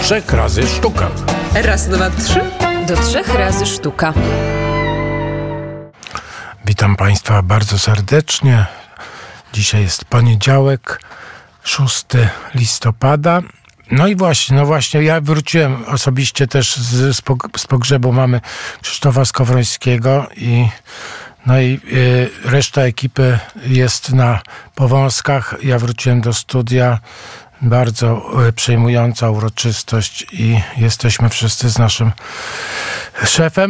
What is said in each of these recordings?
3 razy sztuka. Raz, dwa, trzy. Do 3 razy sztuka. Witam Państwa bardzo serdecznie. Dzisiaj jest poniedziałek, 6 listopada. No i właśnie ja wróciłem osobiście też z pogrzebu mamy Krzysztofa Skowrońskiego i reszta ekipy jest na Powązkach. Ja wróciłem do studia. Bardzo przejmująca uroczystość i jesteśmy wszyscy z naszym szefem.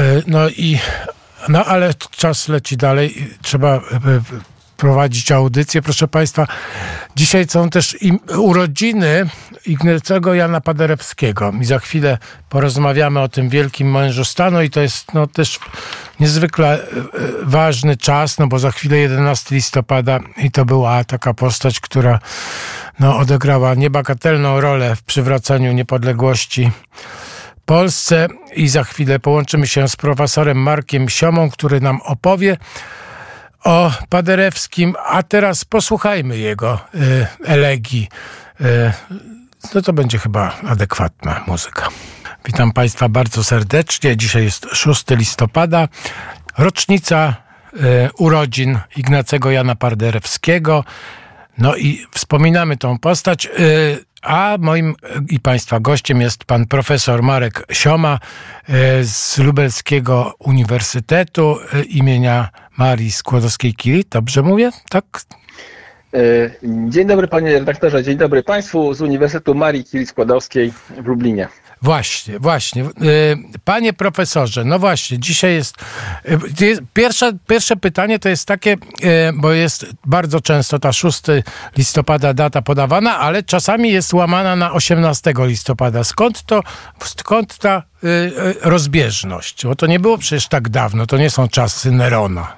Ale czas leci dalej. Trzeba prowadzić audycję. Proszę Państwa, dzisiaj są też urodziny Ignacego Jana Paderewskiego i za chwilę porozmawiamy o tym wielkim mężu stanu i to jest też niezwykle ważny czas, bo za chwilę 11 listopada i to była taka postać, która odegrała niebagatelną rolę w przywracaniu niepodległości Polsce i za chwilę połączymy się z profesorem Markiem Siomą, który nam opowie o Paderewskim, a teraz posłuchajmy jego elegii. To będzie chyba adekwatna muzyka. Witam Państwa bardzo serdecznie. Dzisiaj jest 6 listopada, rocznica urodzin Ignacego Jana Paderewskiego. No i wspominamy tą postać, a moim i Państwa gościem jest pan profesor Marek Sioma z Lubelskiego Uniwersytetu imienia Marii Skłodowskiej-Curie. Dobrze mówię? Tak? Dzień dobry panie redaktorze, dzień dobry Państwu z Uniwersytetu Marii Curie Skłodowskiej w Lublinie. Właśnie. Panie profesorze, dzisiaj jest pierwsze pytanie to jest takie, bo jest bardzo często ta 6 listopada data podawana, ale czasami jest łamana na 18 listopada. Skąd ta rozbieżność? Bo to nie było przecież tak dawno, to nie są czasy Nerona.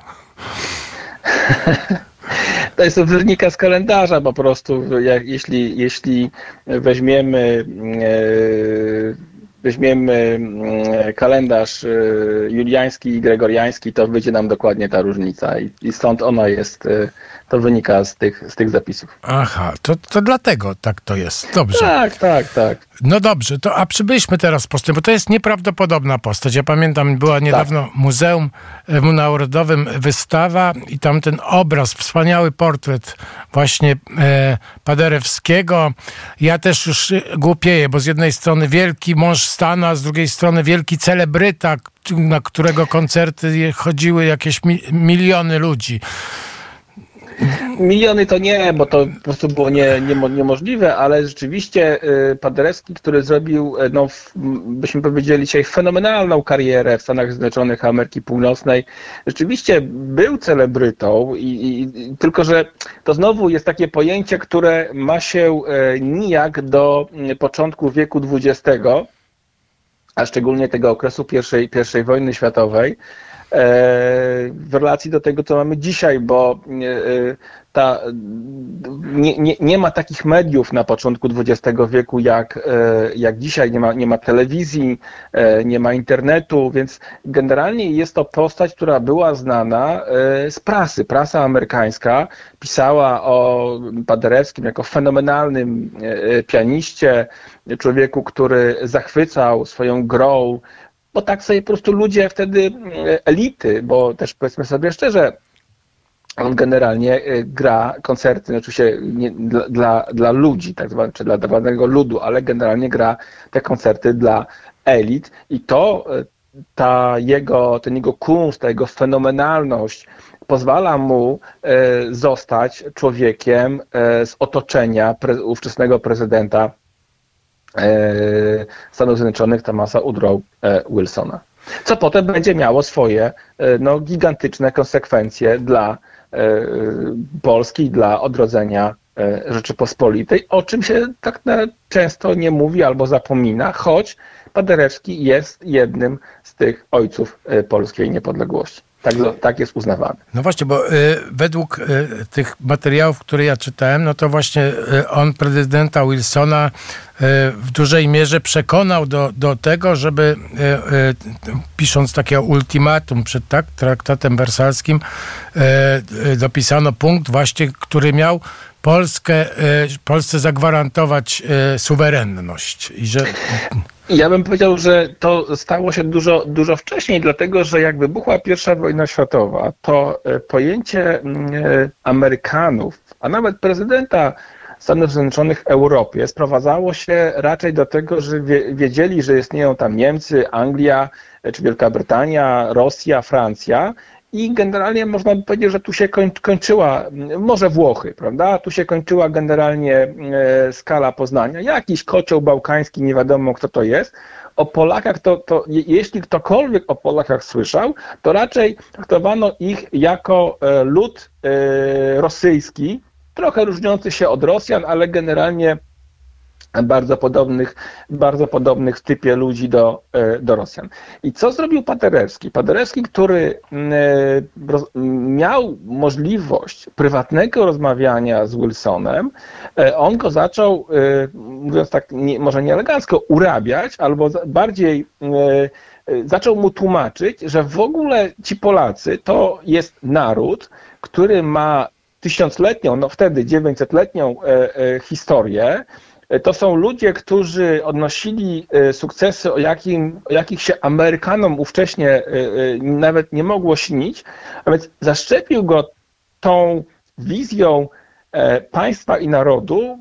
To jest wynika z kalendarza po prostu. Jeśli weźmiemy kalendarz juliański i gregoriański, to wyjdzie nam dokładnie ta różnica i stąd ona jest, to wynika z tych zapisów. Aha, to dlatego tak to jest. Dobrze. Tak. No dobrze, a przybyliśmy teraz po tym, bo to jest nieprawdopodobna postać. Ja pamiętam, była niedawno w Muzeum Narodowym wystawa i tam ten obraz, wspaniały portret właśnie Paderewskiego. Ja też już głupieję, bo z jednej strony wielki mąż stanu, a z drugiej strony wielki celebryta, na którego koncerty chodziły jakieś miliony ludzi. Miliony to nie, bo to po prostu było niemożliwe, ale rzeczywiście Paderewski, który zrobił, byśmy powiedzieli dzisiaj, fenomenalną karierę w Stanach Zjednoczonych Ameryki Północnej, rzeczywiście był celebrytą, tylko że to znowu jest takie pojęcie, które ma się nijak do początku wieku XX, a szczególnie tego okresu I wojny światowej, w relacji do tego, co mamy dzisiaj, bo nie ma takich mediów na początku XX wieku jak dzisiaj, nie ma telewizji, nie ma internetu, więc generalnie jest to postać, która była znana z prasy. Prasa amerykańska pisała o Paderewskim jako fenomenalnym pianiście, człowieku, który zachwycał swoją grą, bo tak sobie po prostu ludzie wtedy, elity, bo też powiedzmy sobie szczerze, on generalnie gra koncerty, oczywiście nie dla ludzi, tak zwane, czy dla dawanego ludu, ale generalnie gra te koncerty dla elit i ten jego kunszt, ta jego fenomenalność pozwala mu zostać człowiekiem z otoczenia ówczesnego prezydenta Stanów Zjednoczonych Thomasa Woodrow Wilsona. Co potem będzie miało swoje gigantyczne konsekwencje dla Polski, dla odrodzenia Rzeczypospolitej, o czym się tak często nie mówi albo zapomina, choć Paderewski jest jednym z tych ojców polskiej niepodległości. Tak jest uznawany. No właśnie, bo według tych materiałów, które ja czytałem, to właśnie on prezydenta Wilsona w dużej mierze przekonał do tego, żeby pisząc takie ultimatum przed traktatem wersalskim, dopisano punkt właśnie, który miał Polsce zagwarantować suwerenność i że... Ja bym powiedział, że to stało się dużo wcześniej, dlatego że jak wybuchła I wojna światowa, to pojęcie Amerykanów, a nawet prezydenta Stanów Zjednoczonych w Europie sprowadzało się raczej do tego, że wiedzieli, że istnieją tam Niemcy, Anglia, czy Wielka Brytania, Rosja, Francja. I generalnie można by powiedzieć, że tu się kończyła, może Włochy, prawda? Tu się kończyła generalnie skala poznania. Jakiś kocioł bałkański, nie wiadomo kto to jest. O Polakach, jeśli ktokolwiek o Polakach słyszał, to raczej traktowano ich jako lud rosyjski, trochę różniący się od Rosjan, ale generalnie bardzo podobnych w typie ludzi do Rosjan. I co zrobił Paderewski? Paderewski, który miał możliwość prywatnego rozmawiania z Wilsonem, on go zaczął, mówiąc tak, może nie elegancko, urabiać, albo bardziej zaczął mu tłumaczyć, że w ogóle ci Polacy to jest naród, który ma tysiącletnią, no wtedy 900-letnią historię. To są ludzie, którzy odnosili sukcesy, o jakich się Amerykanom ówcześnie nawet nie mogło śnić, a więc zaszczepił go tą wizją państwa i narodu,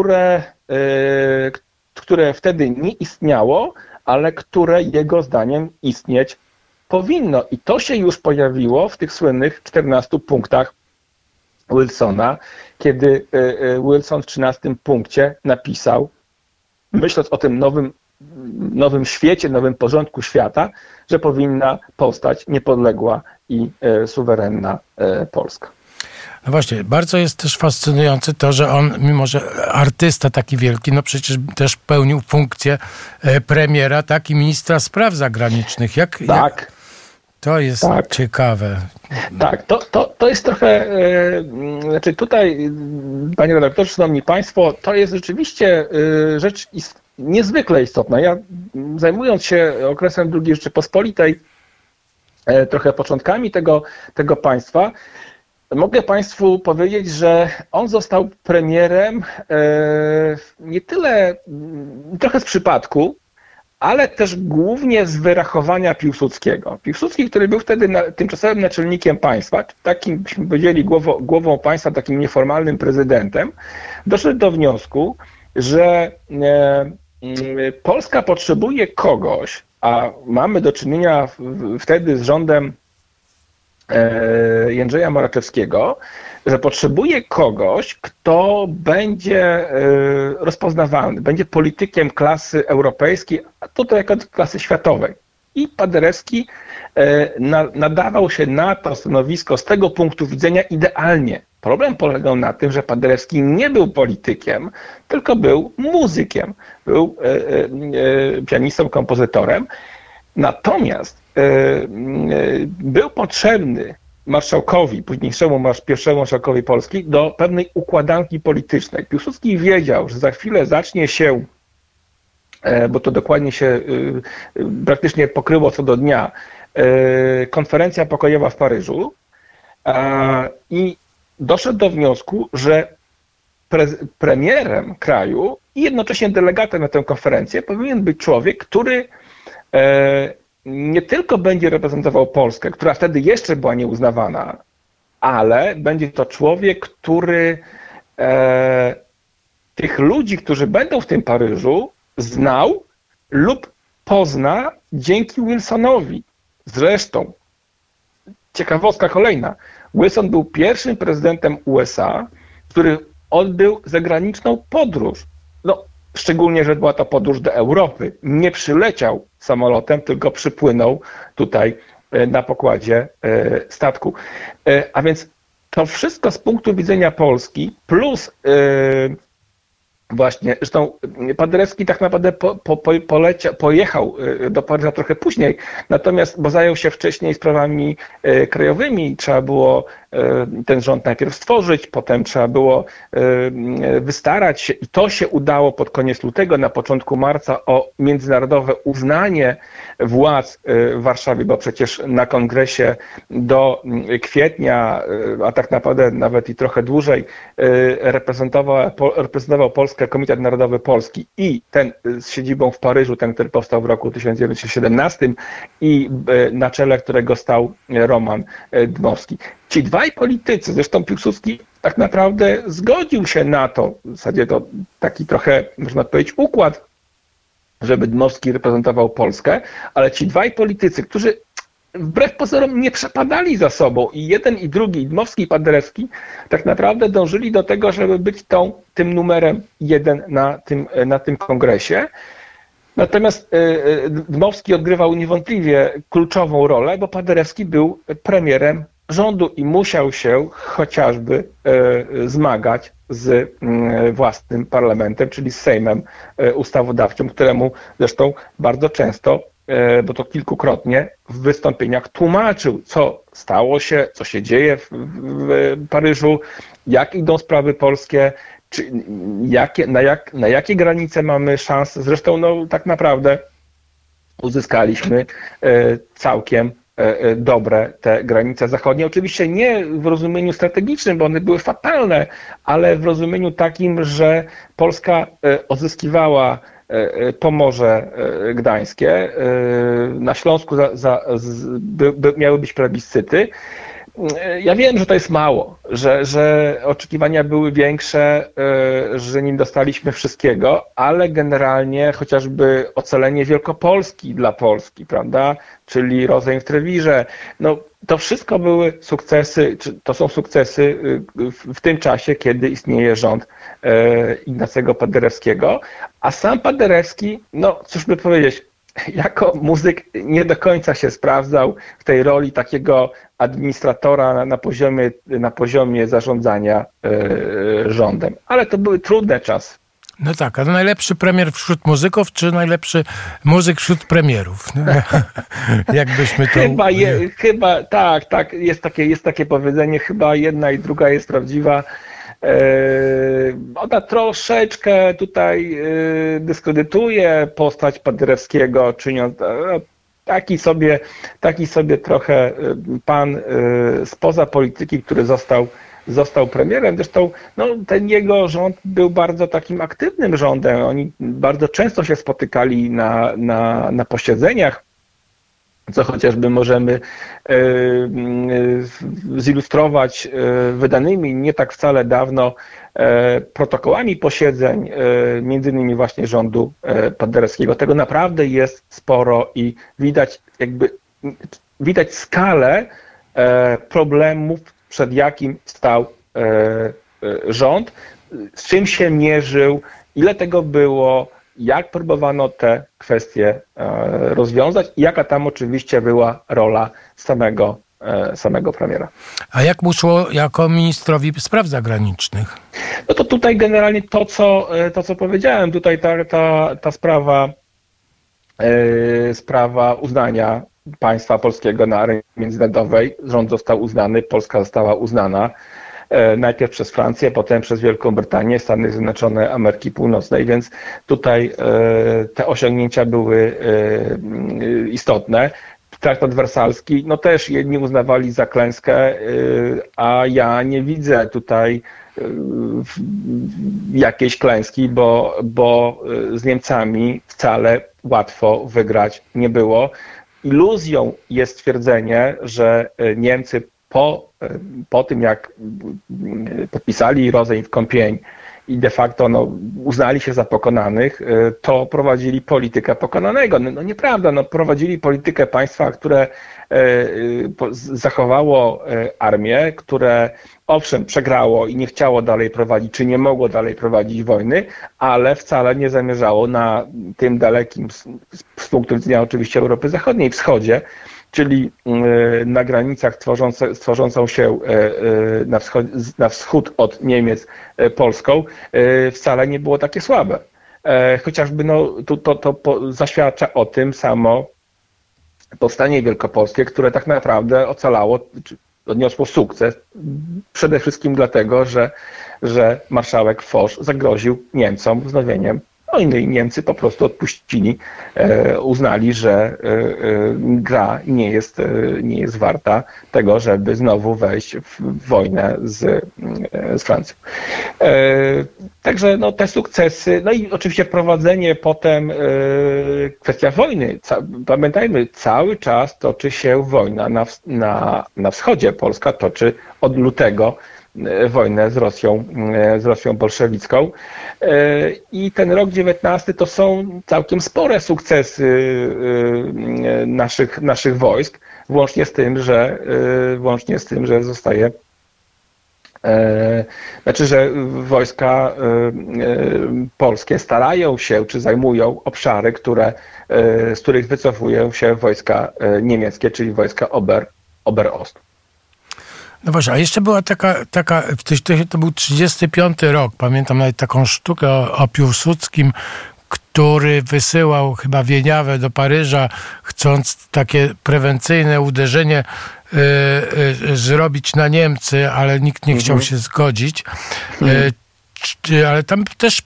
które wtedy nie istniało, ale które jego zdaniem istnieć powinno. I to się już pojawiło w tych słynnych 14 punktach Wilsona, kiedy Wilson w 13 punkcie napisał, myśląc o tym nowym świecie, nowym porządku świata, że powinna powstać niepodległa i suwerenna Polska. No właśnie, bardzo jest też fascynujące to, że on, mimo że artysta taki wielki, no przecież też pełnił funkcję premiera, tak, i ministra spraw zagranicznych. Tak. To jest ciekawe. Tak, to jest trochę, znaczy tutaj, panie redaktorze, szanowni państwo, to jest rzeczywiście rzecz niezwykle istotna. Ja, zajmując się okresem II Rzeczypospolitej, trochę początkami tego państwa, mogę państwu powiedzieć, że on został premierem nie tyle, trochę z przypadku, ale też głównie z wyrachowania Piłsudskiego. Piłsudski, który był wtedy tymczasowym naczelnikiem państwa, takim, byśmy powiedzieli, głową państwa, takim nieformalnym prezydentem, doszedł do wniosku, że Polska potrzebuje kogoś, a mamy do czynienia wtedy z rządem Jędrzeja Moraczewskiego, że potrzebuje kogoś, kto będzie rozpoznawalny, będzie politykiem klasy europejskiej, a tutaj jako klasy światowej. I Paderewski nadawał się na to stanowisko z tego punktu widzenia idealnie. Problem polegał na tym, że Paderewski nie był politykiem, tylko był muzykiem, był pianistą, kompozytorem. Natomiast był potrzebny marszałkowi, późniejszemu pierwszemu marszałkowi Polski, do pewnej układanki politycznej. Piłsudski wiedział, że za chwilę zacznie się, bo to dokładnie się praktycznie pokryło co do dnia, konferencja pokojowa w Paryżu i doszedł do wniosku, że premierem kraju i jednocześnie delegatem na tę konferencję powinien być człowiek, który nie tylko będzie reprezentował Polskę, która wtedy jeszcze była nieuznawana, ale będzie to człowiek, który tych ludzi, którzy będą w tym Paryżu, znał lub pozna dzięki Wilsonowi. Zresztą, ciekawostka kolejna, Wilson był pierwszym prezydentem USA, który odbył zagraniczną podróż. No, szczególnie, że była to podróż do Europy. Nie przyleciał samolotem, tylko przypłynął tutaj na pokładzie statku. A więc to wszystko z punktu widzenia Polski, plus Właśnie, zresztą Paderewski tak naprawdę pojechał do Paryża trochę później, natomiast, bo zajął się wcześniej sprawami krajowymi, trzeba było ten rząd najpierw stworzyć, potem trzeba było wystarać się i to się udało pod koniec lutego, na początku marca o międzynarodowe uznanie władz w Warszawie, bo przecież na kongresie do kwietnia, a tak naprawdę nawet i trochę dłużej, reprezentował Polskę Komitet Narodowy Polski i ten z siedzibą w Paryżu, ten, który powstał w roku 1917 i na czele którego stał Roman Dmowski. Ci dwaj politycy, zresztą Piłsudski tak naprawdę zgodził się na to, w zasadzie to taki trochę, można powiedzieć, układ, żeby Dmowski reprezentował Polskę, ale ci dwaj politycy, którzy wbrew pozorom nie przepadali za sobą i jeden i drugi, Dmowski i Paderewski, tak naprawdę dążyli do tego, żeby być tym numerem jeden na tym kongresie. Natomiast Dmowski odgrywał niewątpliwie kluczową rolę, bo Paderewski był premierem rządu i musiał się chociażby zmagać z własnym parlamentem, czyli z Sejmem Ustawodawczym, któremu zresztą bardzo często, bo to kilkukrotnie w wystąpieniach tłumaczył, co stało się, co się dzieje w Paryżu, jak idą sprawy polskie, czy na jakie granice mamy szanse. Zresztą tak naprawdę uzyskaliśmy całkiem dobre te granice zachodnie. Oczywiście nie w rozumieniu strategicznym, bo one były fatalne, ale w rozumieniu takim, że Polska odzyskiwała Pomorze Gdańskie. Na Śląsku miały być plebiscyty. Ja wiem, że to jest mało, że oczekiwania były większe, że nie dostaliśmy wszystkiego, ale generalnie chociażby ocalenie Wielkopolski dla Polski, prawda, czyli rozejm w Trewirze, to wszystko były sukcesy, to są sukcesy w tym czasie, kiedy istnieje rząd Ignacego Paderewskiego, a sam Paderewski, cóż by powiedzieć, jako muzyk nie do końca się sprawdzał w tej roli takiego administratora na poziomie zarządzania rządem. Ale to były trudne czasy. No tak, a najlepszy premier wśród muzyków, czy najlepszy muzyk wśród premierów? Jakbyśmy to... Chyba tak, jest takie powiedzenie, chyba jedna i druga jest prawdziwa. Ona troszeczkę tutaj dyskredytuje postać Paderewskiego, czyniąc taki sobie trochę pan spoza polityki, który został premierem. Zresztą ten jego rząd był bardzo takim aktywnym rządem. Oni bardzo często się spotykali na posiedzeniach, co chociażby możemy zilustrować wydanymi nie tak wcale dawno protokołami posiedzeń, między innymi właśnie rządu Paderewskiego. Tego naprawdę jest sporo i widać skalę problemów, przed jakim stał rząd, z czym się mierzył, ile tego było, jak próbowano te kwestie rozwiązać i jaka tam oczywiście była rola samego premiera. A jak mu szło jako ministrowi spraw zagranicznych? No to tutaj generalnie to, co powiedziałem, tutaj ta sprawa uznania państwa polskiego na arenie międzynarodowej, rząd został uznany, Polska została uznana. Najpierw przez Francję, potem przez Wielką Brytanię, Stany Zjednoczone Ameryki Północnej, więc tutaj te osiągnięcia były istotne. Traktat wersalski, też jedni uznawali za klęskę, a ja nie widzę tutaj jakiejś klęski, bo z Niemcami wcale łatwo wygrać nie było. Iluzją jest twierdzenie, że Niemcy po tym, jak podpisali rozejm w Compiègne i de facto uznali się za pokonanych, to prowadzili politykę pokonanego. Nieprawda, prowadzili politykę państwa, które zachowało armię, które owszem przegrało i nie chciało dalej prowadzić, czy nie mogło dalej prowadzić wojny, ale wcale nie zamierzało na tym dalekim, z punktu widzenia oczywiście Europy Zachodniej, wschodzie, czyli na granicach tworzącą się na wschód od Niemiec Polską, wcale nie było takie słabe. Chociażby to zaświadcza o tym samo powstanie wielkopolskie, które tak naprawdę ocalało, czy odniosło sukces, przede wszystkim dlatego, że marszałek Foch zagroził Niemcom wznowieniem wojny i Niemcy po prostu odpuścili, uznali, że gra nie jest warta tego, żeby znowu wejść w wojnę z Francją. Także te sukcesy, i oczywiście wprowadzenie potem, kwestia wojny. Pamiętajmy, cały czas toczy się wojna na wschodzie. Polska toczy od lutego wojnę z Rosją bolszewicką. I ten rok 19 to są całkiem spore sukcesy naszych wojsk, włącznie z tym, że zostaje że wojska polskie starają się, czy zajmują obszary, z których wycofują się wojska niemieckie, czyli wojska Oberost. No właśnie, a jeszcze była to był 35 rok, pamiętam nawet taką sztukę o Piłsudskim, który wysyłał chyba Wieniawę do Paryża, chcąc takie prewencyjne uderzenie zrobić na Niemcy, ale nikt nie chciał się zgodzić. Ale tam też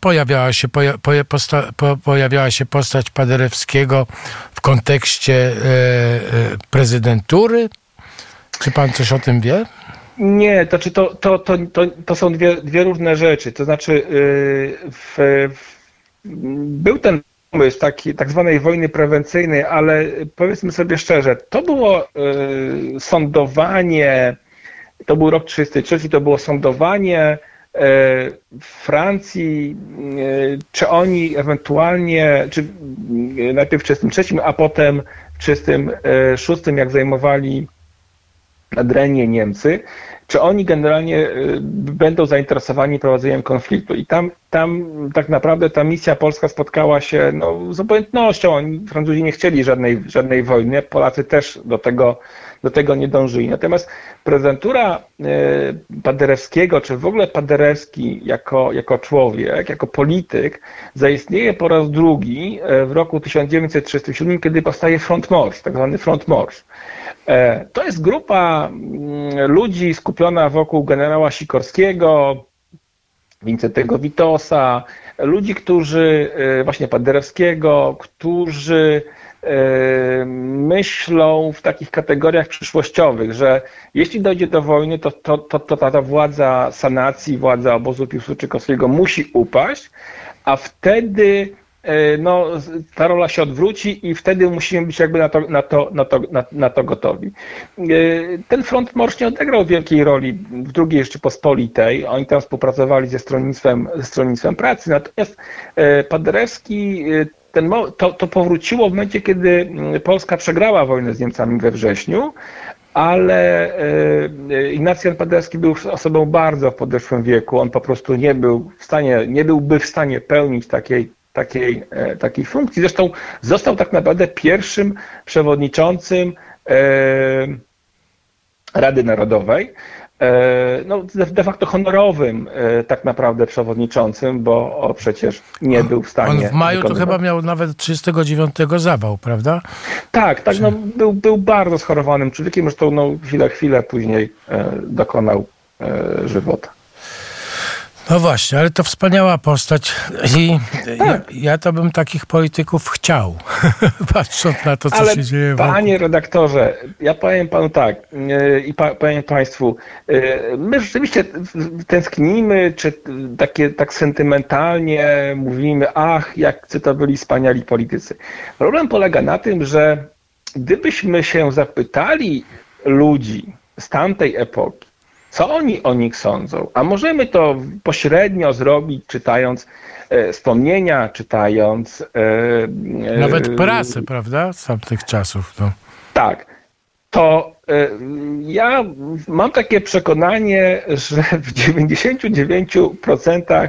pojawiała się postać Paderewskiego w kontekście prezydentury. Czy pan coś o tym wie? Nie, to są dwie różne rzeczy. To znaczy był ten pomysł tak zwanej wojny prewencyjnej, ale powiedzmy sobie szczerze, to było sądowanie, to był rok 1933, to było sądowanie Francji, czy oni ewentualnie, czy najpierw w 1933, a potem w 1936, jak zajmowali Adrenię Niemcy, czy oni generalnie będą zainteresowani prowadzeniem konfliktu. I tam tak naprawdę ta misja polska spotkała się z obojętnością. Francuzi nie chcieli żadnej wojny, Polacy też do tego nie dążyli. Natomiast prezydentura Paderewskiego, czy w ogóle Paderewski jako człowiek, jako polityk, zaistnieje po raz drugi w roku 1937, kiedy powstaje Front Morsz, tak zwany Front Morsz. To jest grupa ludzi skupiona wokół generała Sikorskiego, Wincentego Witosa, ludzi, którzy, właśnie Paderewskiego, którzy myślą w takich kategoriach przyszłościowych, że jeśli dojdzie do wojny, to ta władza sanacji, władza obozu piłsudczykowskiego musi upaść, a wtedy ta rola się odwróci i wtedy musimy być jakby na to gotowi. Ten Front Morsz nie odegrał wielkiej roli w II Rzeczypospolitej. Oni tam współpracowali ze Stronnictwem Pracy. Natomiast Paderewski, to powróciło w momencie, kiedy Polska przegrała wojnę z Niemcami we wrześniu, ale Ignacjan Paderewski był osobą bardzo w podeszłym wieku. On po prostu nie byłby w stanie pełnić takiej funkcji. Zresztą został tak naprawdę pierwszym przewodniczącym Rady Narodowej, de facto honorowym tak naprawdę przewodniczącym, bo przecież nie był w stanie... On w maju to chyba miał nawet 39 zawał, prawda? Tak, był bardzo schorowanym człowiekiem, zresztą chwilę później dokonał żywota. No właśnie, ale to wspaniała postać i ja to bym takich polityków chciał, patrząc na to, co się dzieje wokół. Panie redaktorze, ja powiem panu tak i powiem państwu, my rzeczywiście tęsknimy, czy tak sentymentalnie mówimy, jak to byli wspaniali politycy. Problem polega na tym, że gdybyśmy się zapytali ludzi z tamtej epoki, co oni o nich sądzą? A możemy to pośrednio zrobić, czytając wspomnienia, czytając... Nawet prasę, prawda? Z tamtych czasów. Tak. To ja mam takie przekonanie, że w 99%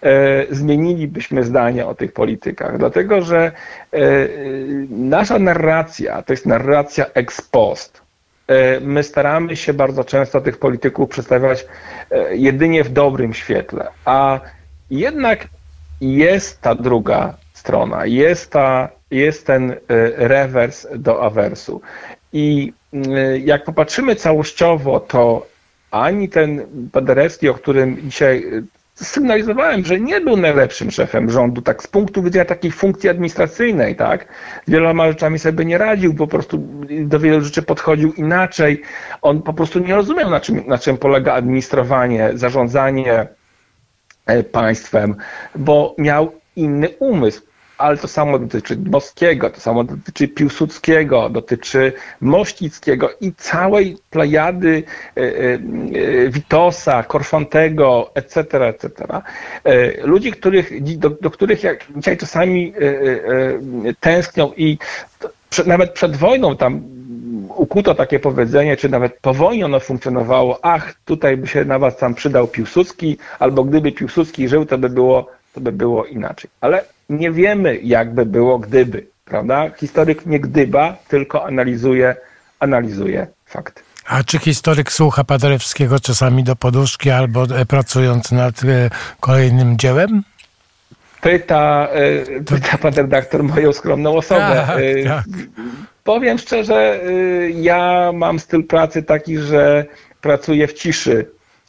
zmienilibyśmy zdanie o tych politykach, dlatego że nasza narracja to jest narracja ex post. My staramy się bardzo często tych polityków przedstawiać jedynie w dobrym świetle, a jednak jest ta druga strona, jest ten rewers do awersu. I jak popatrzymy całościowo, to ani ten Paderewski, o którym dzisiaj sygnalizowałem, że nie był najlepszym szefem rządu, tak z punktu widzenia takiej funkcji administracyjnej, tak? Z wieloma rzeczami sobie nie radził, po prostu do wielu rzeczy podchodził inaczej. On po prostu nie rozumiał, na czym polega administrowanie, zarządzanie państwem, bo miał inny umysł. Ale to samo dotyczy Dmowskiego, to samo dotyczy Piłsudskiego, dotyczy Mościckiego i całej plejady Witosa, Korfantego, etc., etc. Ludzi, do których jak dzisiaj czasami tęsknią i nawet przed wojną tam ukuto takie powiedzenie, czy nawet po wojnie ono funkcjonowało, tutaj by się na was tam przydał Piłsudski, albo gdyby Piłsudski żył, to by było inaczej. Ale nie wiemy, jak by było gdyby, prawda? Historyk nie gdyba, tylko analizuje fakty. A czy historyk słucha Paderewskiego czasami do poduszki albo pracując nad kolejnym dziełem? Pyta pan redaktor moją skromną osobę. Tak. Powiem szczerze, ja mam styl pracy taki, że pracuję w ciszy.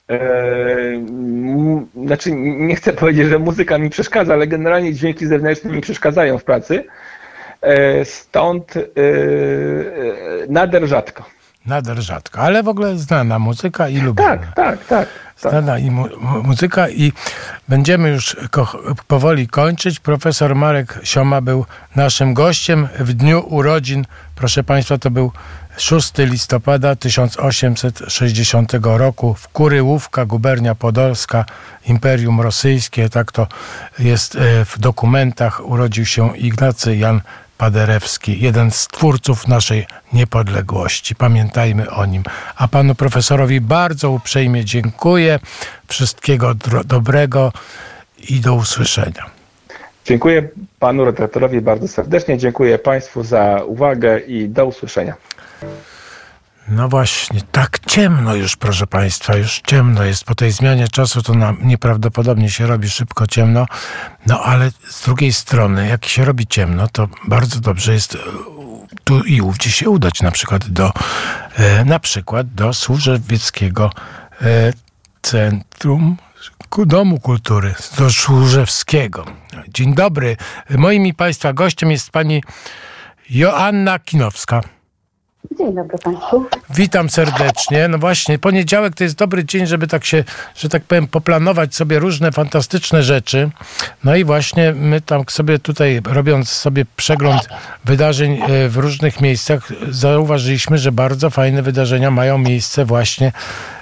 Znaczy, nie chcę powiedzieć, że muzyka mi przeszkadza, ale generalnie dźwięki zewnętrzne mi przeszkadzają w pracy. Stąd nader rzadko. Nader rzadko, ale w ogóle znana muzyka i lubiana. Tak. Znana muzyka i będziemy już powoli kończyć. Profesor Marek Sioma był naszym gościem w dniu urodzin. Proszę Państwa, to był 6 listopada 1860 roku w Kuryłówka, gubernia podolska, Imperium Rosyjskie. Tak to jest w dokumentach. Urodził się Ignacy Jan Paderewski, jeden z twórców naszej niepodległości. Pamiętajmy o nim. A panu profesorowi bardzo uprzejmie dziękuję. Wszystkiego dobrego i do usłyszenia. Dziękuję panu redaktorowi bardzo serdecznie. Dziękuję państwu za uwagę i do usłyszenia. No właśnie, tak ciemno już, proszę Państwa, już ciemno jest. Po tej zmianie czasu to nieprawdopodobnie się robi szybko ciemno. No ale z drugiej strony, jak się robi ciemno, to bardzo dobrze jest tu i ówdzie się udać, na przykład do Służewieckiego Centrum Domu Kultury, do Służewskiego. Dzień dobry. Moim i Państwa gościem jest pani Joanna Kinowska. Dzień dobry Państwu. Witam serdecznie. No właśnie, poniedziałek to jest dobry dzień, żeby tak się, że tak powiem, poplanować sobie różne fantastyczne rzeczy. No i właśnie my tam sobie tutaj, robiąc sobie przegląd wydarzeń w różnych miejscach, zauważyliśmy, że bardzo fajne wydarzenia mają miejsce właśnie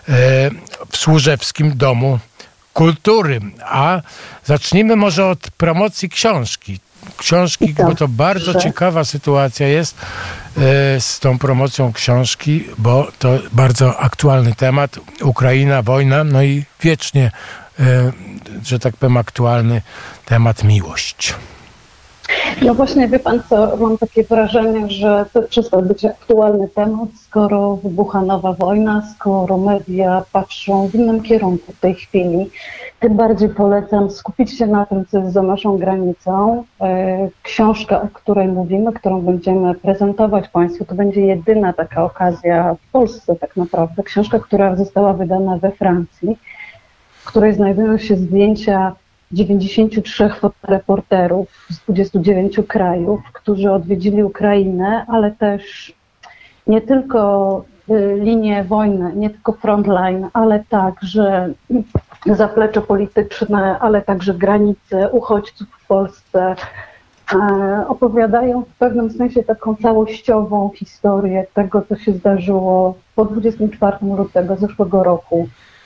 w Służewskim Domu Kultury. A zacznijmy może od promocji książki, bo to bardzo ciekawa sytuacja jest z tą promocją książki, bo to bardzo aktualny temat. Ukraina, wojna, no i wiecznie, że tak powiem, aktualny temat miłość. No właśnie, wie pan co, mam takie wrażenie, że to przestał być aktualny temat, skoro wybucha nowa wojna, skoro media patrzą w innym kierunku w tej chwili. Tym bardziej polecam skupić się na tym, co jest za naszą granicą. Książka, o której mówimy, którą będziemy prezentować Państwu, to będzie jedyna taka okazja w Polsce tak naprawdę. Książka, która została wydana we Francji, w której znajdują się zdjęcia 93 fotoreporterów z 29 krajów, którzy odwiedzili Ukrainę, ale też nie tylko linię wojny, nie tylko frontline, ale także zaplecze polityczne, ale także granice uchodźców w Polsce. Opowiadają w pewnym sensie taką całościową historię tego, co się zdarzyło po 24 lutego zeszłego roku.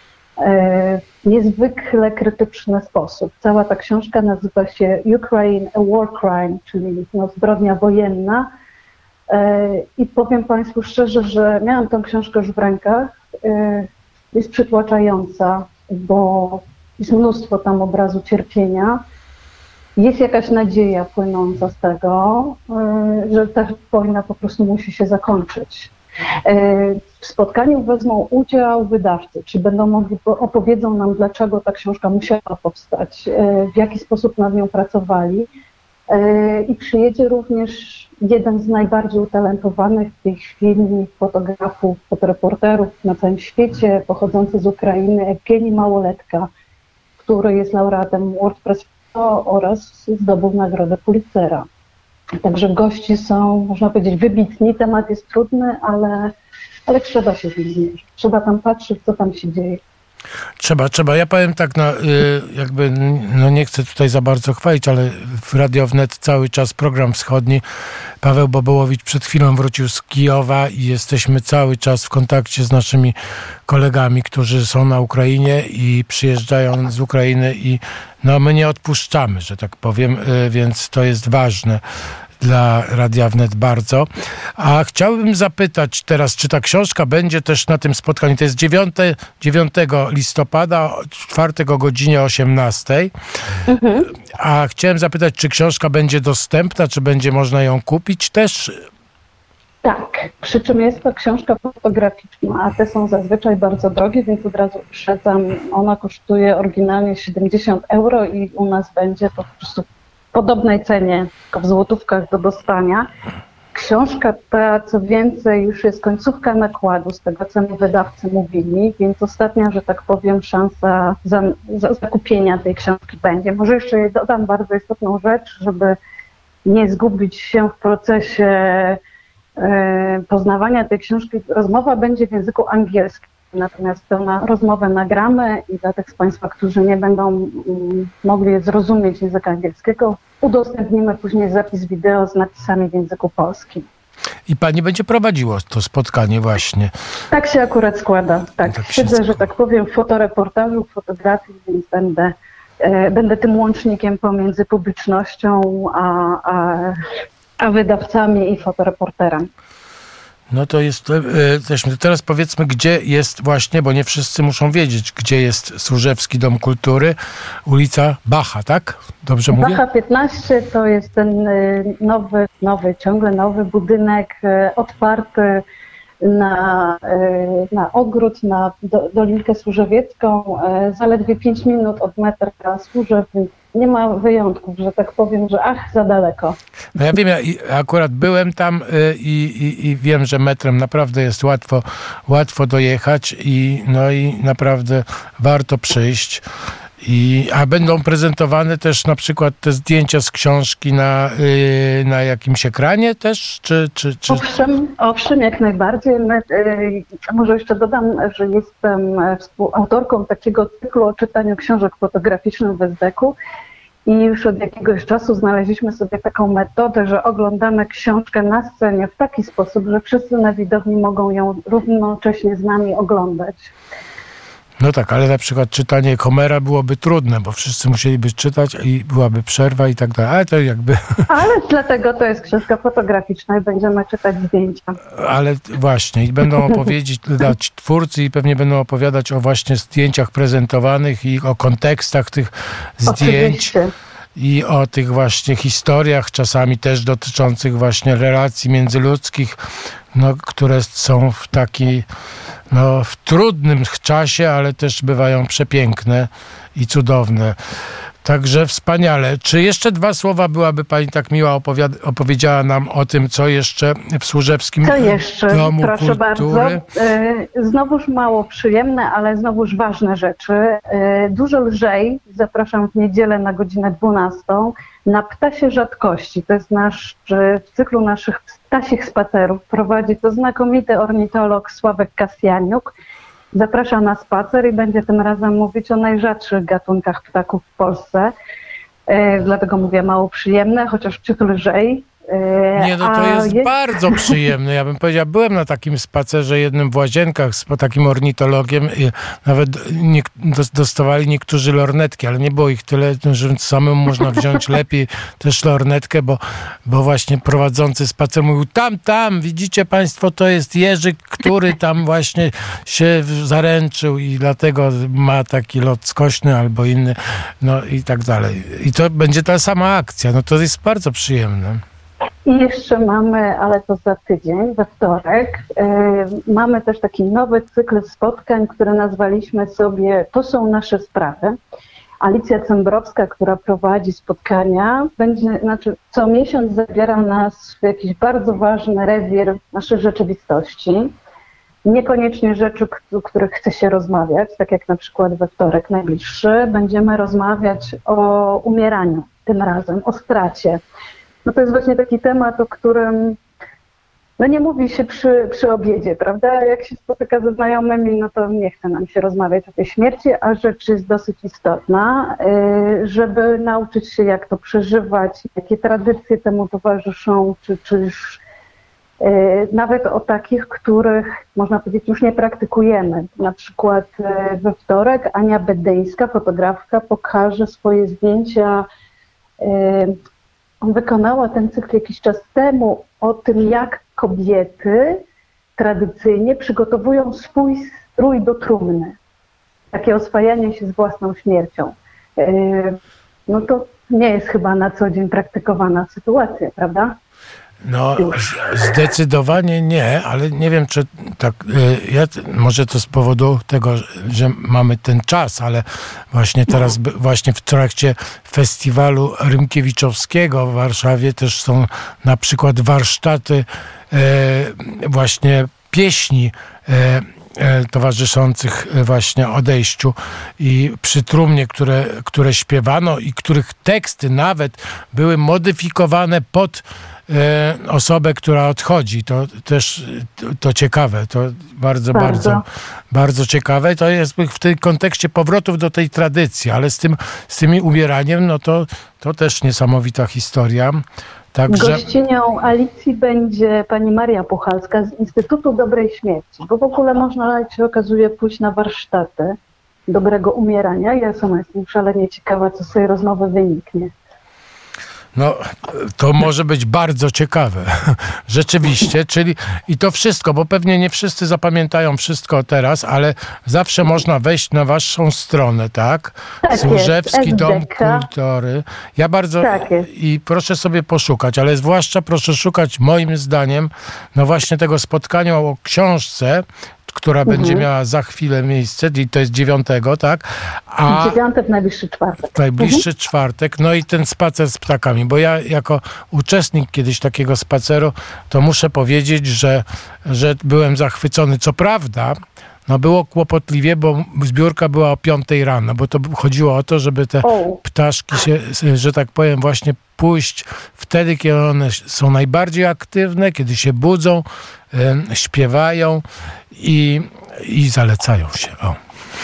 W niezwykle krytyczny sposób. Cała ta książka nazywa się Ukraine a War Crime, czyli zbrodnia wojenna. I powiem Państwu szczerze, że miałam tę książkę już w rękach. Jest przytłaczająca, bo jest mnóstwo tam obrazu cierpienia. Jest jakaś nadzieja płynąca z tego, że ta wojna po prostu musi się zakończyć. W spotkaniu wezmą udział wydawcy, czy będą mogli, opowiedzą nam, dlaczego ta książka musiała powstać, w jaki sposób nad nią pracowali. I przyjedzie również jeden z najbardziej utalentowanych w tej chwili fotografów, fotoreporterów na całym świecie, pochodzący z Ukrainy, Ewgenij Małoletka, który jest laureatem World Press Photo oraz zdobył nagrodę Pulitzera. Także gości są, można powiedzieć, wybitni. Temat jest trudny, ale trzeba się z nim zmierzyć. Trzeba tam patrzeć, co tam się dzieje. Trzeba. Ja powiem tak, jakby, nie chcę tutaj za bardzo chwalić, ale w Radio Wnet cały czas program wschodni. Paweł Bobołowicz przed chwilą wrócił z Kijowa i jesteśmy cały czas w kontakcie z naszymi kolegami, którzy są na Ukrainie i przyjeżdżają z Ukrainy i my nie odpuszczamy, że tak powiem, więc to jest ważne dla Radia Wnet bardzo. A chciałbym zapytać teraz, czy ta książka będzie też na tym spotkaniu. To jest 9 listopada, 4 o godzinie 18. A chciałem zapytać, czy książka będzie dostępna, czy będzie można ją kupić też? Tak, przy czym jest to książka fotograficzna, a te są zazwyczaj bardzo drogie, więc od razu uprzedzam, ona kosztuje oryginalnie 70 euro i u nas będzie to po prostu w podobnej cenie, tylko w złotówkach do dostania. Książka ta, co więcej, już jest końcówka nakładu, z tego co mi wydawcy mówili, więc ostatnia, że tak powiem, szansa zakupienia tej książki będzie. Może jeszcze dodam bardzo istotną rzecz, żeby nie zgubić się w procesie poznawania tej książki. Rozmowa będzie w języku angielskim, natomiast tę rozmowę nagramy i dla tych z Państwa, którzy nie będą mogli zrozumieć języka angielskiego, udostępnimy później zapis wideo z napisami w języku polskim. I pani będzie prowadziła to spotkanie właśnie. Tak się akurat składa. Tak, siedzę, że tak powiem, w fotoreportażu, fotografii, więc będę tym łącznikiem pomiędzy publicznością a wydawcami i fotoreporterem. No to jest też. Teraz powiedzmy, gdzie jest właśnie, bo nie wszyscy muszą wiedzieć, gdzie jest Służewski Dom Kultury, ulica Bacha, tak? Dobrze mówię? Bacha 15 to jest ten ciągle nowy budynek otwarty na ogród, na Dolinkę Służewiecką, zaledwie 5 minut od metra Służew. Nie ma wyjątków, że tak powiem, że za daleko. No ja wiem, ja akurat byłem tam i wiem, że metrem naprawdę jest łatwo dojechać i naprawdę warto przyjść. A będą prezentowane też na przykład te zdjęcia z książki na jakimś ekranie też? Czy... Owszem, jak najbardziej. Może jeszcze dodam, że jestem współautorką takiego cyklu o czytaniu książek fotograficznych w SDK-u i już od jakiegoś czasu znaleźliśmy sobie taką metodę, że oglądamy książkę na scenie w taki sposób, że wszyscy na widowni mogą ją równocześnie z nami oglądać. No tak, ale na przykład czytanie Homera byłoby trudne, bo wszyscy musieliby czytać i byłaby przerwa i tak dalej, ale to jakby... Ale dlatego to jest książka fotograficzna i będziemy czytać zdjęcia. Ale właśnie, i będą dać twórcy i pewnie będą opowiadać o właśnie zdjęciach prezentowanych i o kontekstach tych zdjęć. Oczywiście. I o tych właśnie historiach, czasami też dotyczących właśnie relacji międzyludzkich, które są w trudnym czasie, ale też bywają przepiękne i cudowne. Także wspaniale. Czy jeszcze 2 słowa byłaby pani tak miła opowiedziała nam o tym, co jeszcze w Służewskim Domu proszę Kultury? Bardzo. Znowuż mało przyjemne, ale znowuż ważne rzeczy. Dużo lżej. Zapraszam w niedzielę na godzinę 12 na Ptasie Rzadkości. To jest w cyklu naszych ptasich spacerów. Prowadzi to znakomity ornitolog Sławek Kasjaniuk. Zaprasza na spacer i będzie tym razem mówić o najrzadszych gatunkach ptaków w Polsce. Dlatego mówię mało przyjemne, chociaż ciut lżej. Nie, no to jest bardzo przyjemne. Ja bym powiedział, byłem na takim spacerze jednym w Łazienkach z takim ornitologiem i nawet dostawali niektórzy lornetki, ale nie było ich tyle, że samemu można wziąć lepiej też lornetkę, bo właśnie prowadzący spacer mówił, tam, widzicie państwo, to jest Jerzyk, który tam właśnie się zaręczył i dlatego ma taki lot skośny albo inny, no i tak dalej. I to będzie ta sama akcja, no to jest bardzo przyjemne. I jeszcze mamy, ale to za tydzień, we wtorek, mamy też taki nowy cykl spotkań, które nazwaliśmy sobie To są nasze sprawy. Alicja Cembrowska, która prowadzi spotkania, co miesiąc zabiera nas w jakiś bardzo ważny rewir naszej rzeczywistości. Niekoniecznie rzeczy, o których chce się rozmawiać, tak jak na przykład we wtorek najbliższy, będziemy rozmawiać o umieraniu tym razem, o stracie. No to jest właśnie taki temat, o którym nie mówi się przy obiedzie, prawda? Jak się spotyka ze znajomymi, no to nie chce nam się rozmawiać o tej śmierci, a rzecz jest dosyć istotna, żeby nauczyć się, jak to przeżywać, jakie tradycje temu towarzyszą, czy już nawet o takich, których, można powiedzieć, już nie praktykujemy. Na przykład we wtorek Ania Bedyńska, fotografka, pokaże swoje zdjęcia. Wykonała ten cykl jakiś czas temu o tym, jak kobiety tradycyjnie przygotowują swój strój do trumny. Takie oswajanie się z własną śmiercią. No to nie jest chyba na co dzień praktykowana sytuacja, prawda? No, zdecydowanie nie, ale nie wiem, czy tak, może to z powodu tego, że mamy ten czas, ale właśnie teraz, właśnie w trakcie festiwalu Rymkiewiczowskiego w Warszawie też są na przykład warsztaty właśnie pieśni towarzyszących właśnie odejściu i przy trumnie, które śpiewano i których teksty nawet były modyfikowane pod osobę, która odchodzi. To też to ciekawe, to bardzo ciekawe. To jest w tym kontekście powrotów do tej tradycji, ale z tymi umieraniem, no to też niesamowita historia. Także... Gościnią Alicji będzie pani Maria Puchalska z Instytutu Dobrej Śmierci, bo w ogóle można, jak się okazuje, pójść na warsztaty dobrego umierania. Ja sama jestem szalenie ciekawa, co z tej rozmowy wyniknie. No, to może być bardzo ciekawe. Rzeczywiście, czyli i to wszystko, bo pewnie nie wszyscy zapamiętają wszystko teraz, ale zawsze można wejść na waszą stronę, tak? Służewski Dom Kultury. Ja bardzo i proszę sobie poszukać, ale zwłaszcza proszę szukać moim zdaniem, no właśnie tego spotkania o książce, która będzie miała za chwilę miejsce, i to jest 9, tak? A 9 w najbliższy czwartek. Najbliższy czwartek, no i ten spacer z ptakami, bo ja jako uczestnik kiedyś takiego spaceru, to muszę powiedzieć, że byłem zachwycony. Co prawda, no było kłopotliwie, bo zbiórka była o 5 rano, bo to chodziło o to, żeby te ptaszki się, że tak powiem, właśnie pójść wtedy, kiedy one są najbardziej aktywne, kiedy się budzą, śpiewają i zalecają się. O.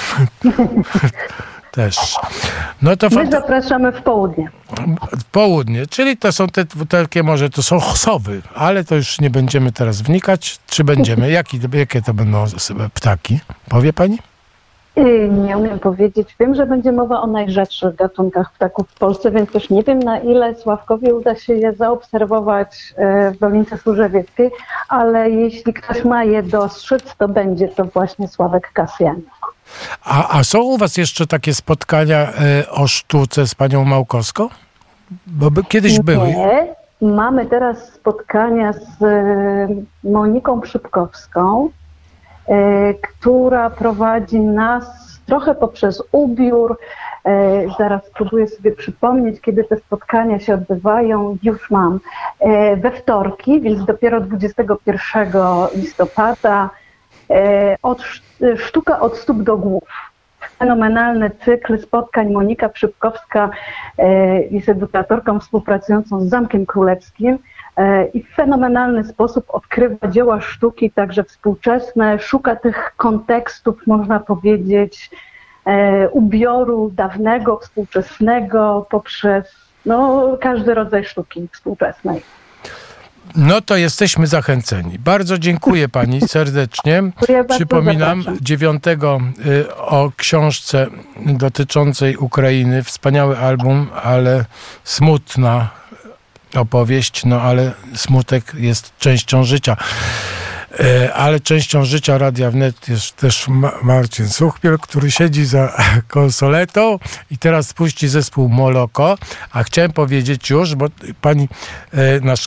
Też. No to my zapraszamy w południe. W południe, czyli to są takie, może to są sowy, ale to już nie będziemy teraz wnikać. Czy będziemy? Jakie to będą ptaki? Powie pani? Nie umiem powiedzieć. Wiem, że będzie mowa o najrzadszych gatunkach ptaków w Polsce, więc też nie wiem, na ile Sławkowi uda się je zaobserwować w Dolince Służewieckiej, ale jeśli ktoś ma je dostrzec, to będzie to właśnie Sławek Kasjan. A są u was jeszcze takie spotkania o sztuce z panią Małkowską? Bo kiedyś były. Nie. Mamy teraz spotkania z Moniką Przypkowską, która prowadzi nas trochę poprzez ubiór. Zaraz spróbuję sobie przypomnieć, kiedy te spotkania się odbywają. Już mam. We wtorki, więc dopiero 21 listopada. Sztuka od stóp do głów. Fenomenalny cykl spotkań. Monika Przypkowska jest edukatorką współpracującą z Zamkiem Królewskim i w fenomenalny sposób odkrywa dzieła sztuki, także współczesne, szuka tych kontekstów, można powiedzieć, ubioru dawnego, współczesnego poprzez każdy rodzaj sztuki współczesnej. No to jesteśmy zachęceni. Bardzo dziękuję pani serdecznie. Przypominam, 9 o książce dotyczącej Ukrainy. Wspaniały album, ale smutna opowieść, no ale smutek jest częścią życia. Ale częścią życia Radia Wnet jest też Marcin Suchpiel, który siedzi za konsoletą i teraz puści zespół Moloko. A chciałem powiedzieć już, bo pani nasz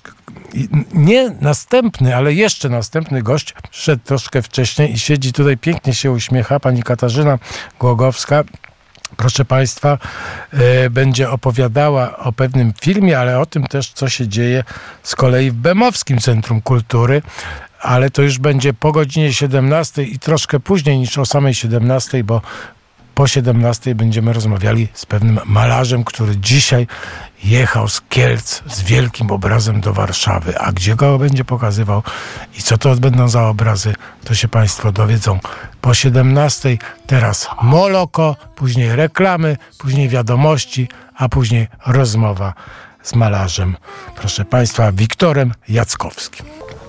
nie następny, ale jeszcze następny gość przyszedł troszkę wcześniej i siedzi tutaj, pięknie się uśmiecha, pani Katarzyna Głogowska. Proszę państwa, będzie opowiadała o pewnym filmie, ale o tym też, co się dzieje z kolei w Bemowskim Centrum Kultury. Ale to już będzie po godzinie 17 i troszkę później niż o samej 17, bo po 17 będziemy rozmawiali z pewnym malarzem, który dzisiaj jechał z Kielc z wielkim obrazem do Warszawy. A gdzie go będzie pokazywał i co to będą za obrazy, to się państwo dowiedzą po 17. Teraz Moloko, później reklamy, później wiadomości, a później rozmowa z malarzem, proszę państwa, Wiktorem Jackowskim.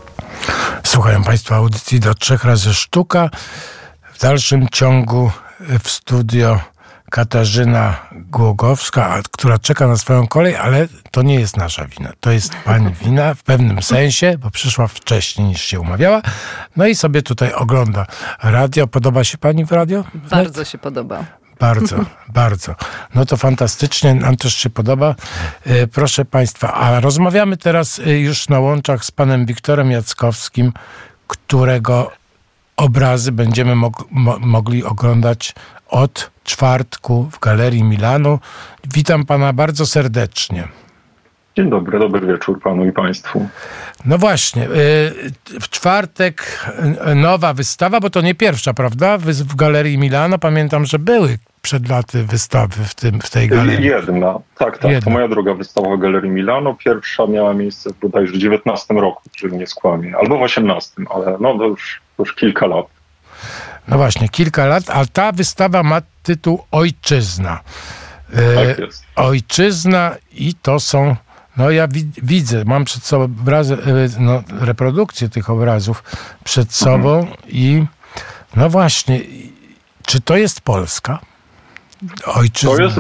Słuchają państwo audycji do 3 razy sztuka. W dalszym ciągu w studio Katarzyna Głogowska, która czeka na swoją kolej, ale to nie jest nasza wina. To jest pani wina w pewnym sensie, bo przyszła wcześniej niż się umawiała. No i sobie tutaj ogląda radio. Podoba się pani w radio? Bardzo się podoba. Bardzo, bardzo. No to fantastycznie, nam też się podoba. Proszę państwa, a rozmawiamy teraz już na łączach z panem Wiktorem Jackowskim, którego obrazy będziemy mogli oglądać od czwartku w Galerii Milano. Witam pana bardzo serdecznie. Dzień dobry, dobry wieczór panu i państwu. No właśnie, w czwartek nowa wystawa, bo to nie pierwsza, prawda? W Galerii Milano. Pamiętam, że były przed laty wystawy w tej galerii. Jedna, tak. To moja druga wystawa w Galerii Milano. Pierwsza miała miejsce bodajże w 19 roku, jeżeli nie skłamię, albo w 18, ale no to już kilka lat. No właśnie, kilka lat, a ta wystawa ma tytuł Ojczyzna. Tak jest. Ojczyzna i to są... No ja widzę, mam przed sobą obrazy, reprodukcję tych obrazów przed sobą i no właśnie, czy to jest Polska? Ojczyzna. To jest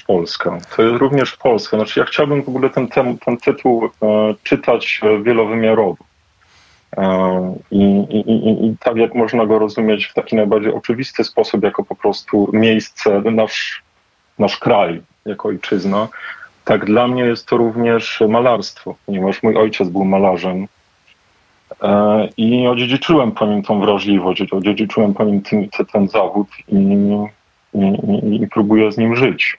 również Polska. Znaczy ja chciałbym w ogóle ten tytuł czytać wielowymiarowo. I tak jak można go rozumieć w taki najbardziej oczywisty sposób, jako po prostu miejsce, nasz kraj, jako ojczyzna, tak dla mnie jest to również malarstwo, ponieważ mój ojciec był malarzem i odziedziczyłem po nim tą wrażliwość, odziedziczyłem po nim ten zawód i próbuję z nim żyć.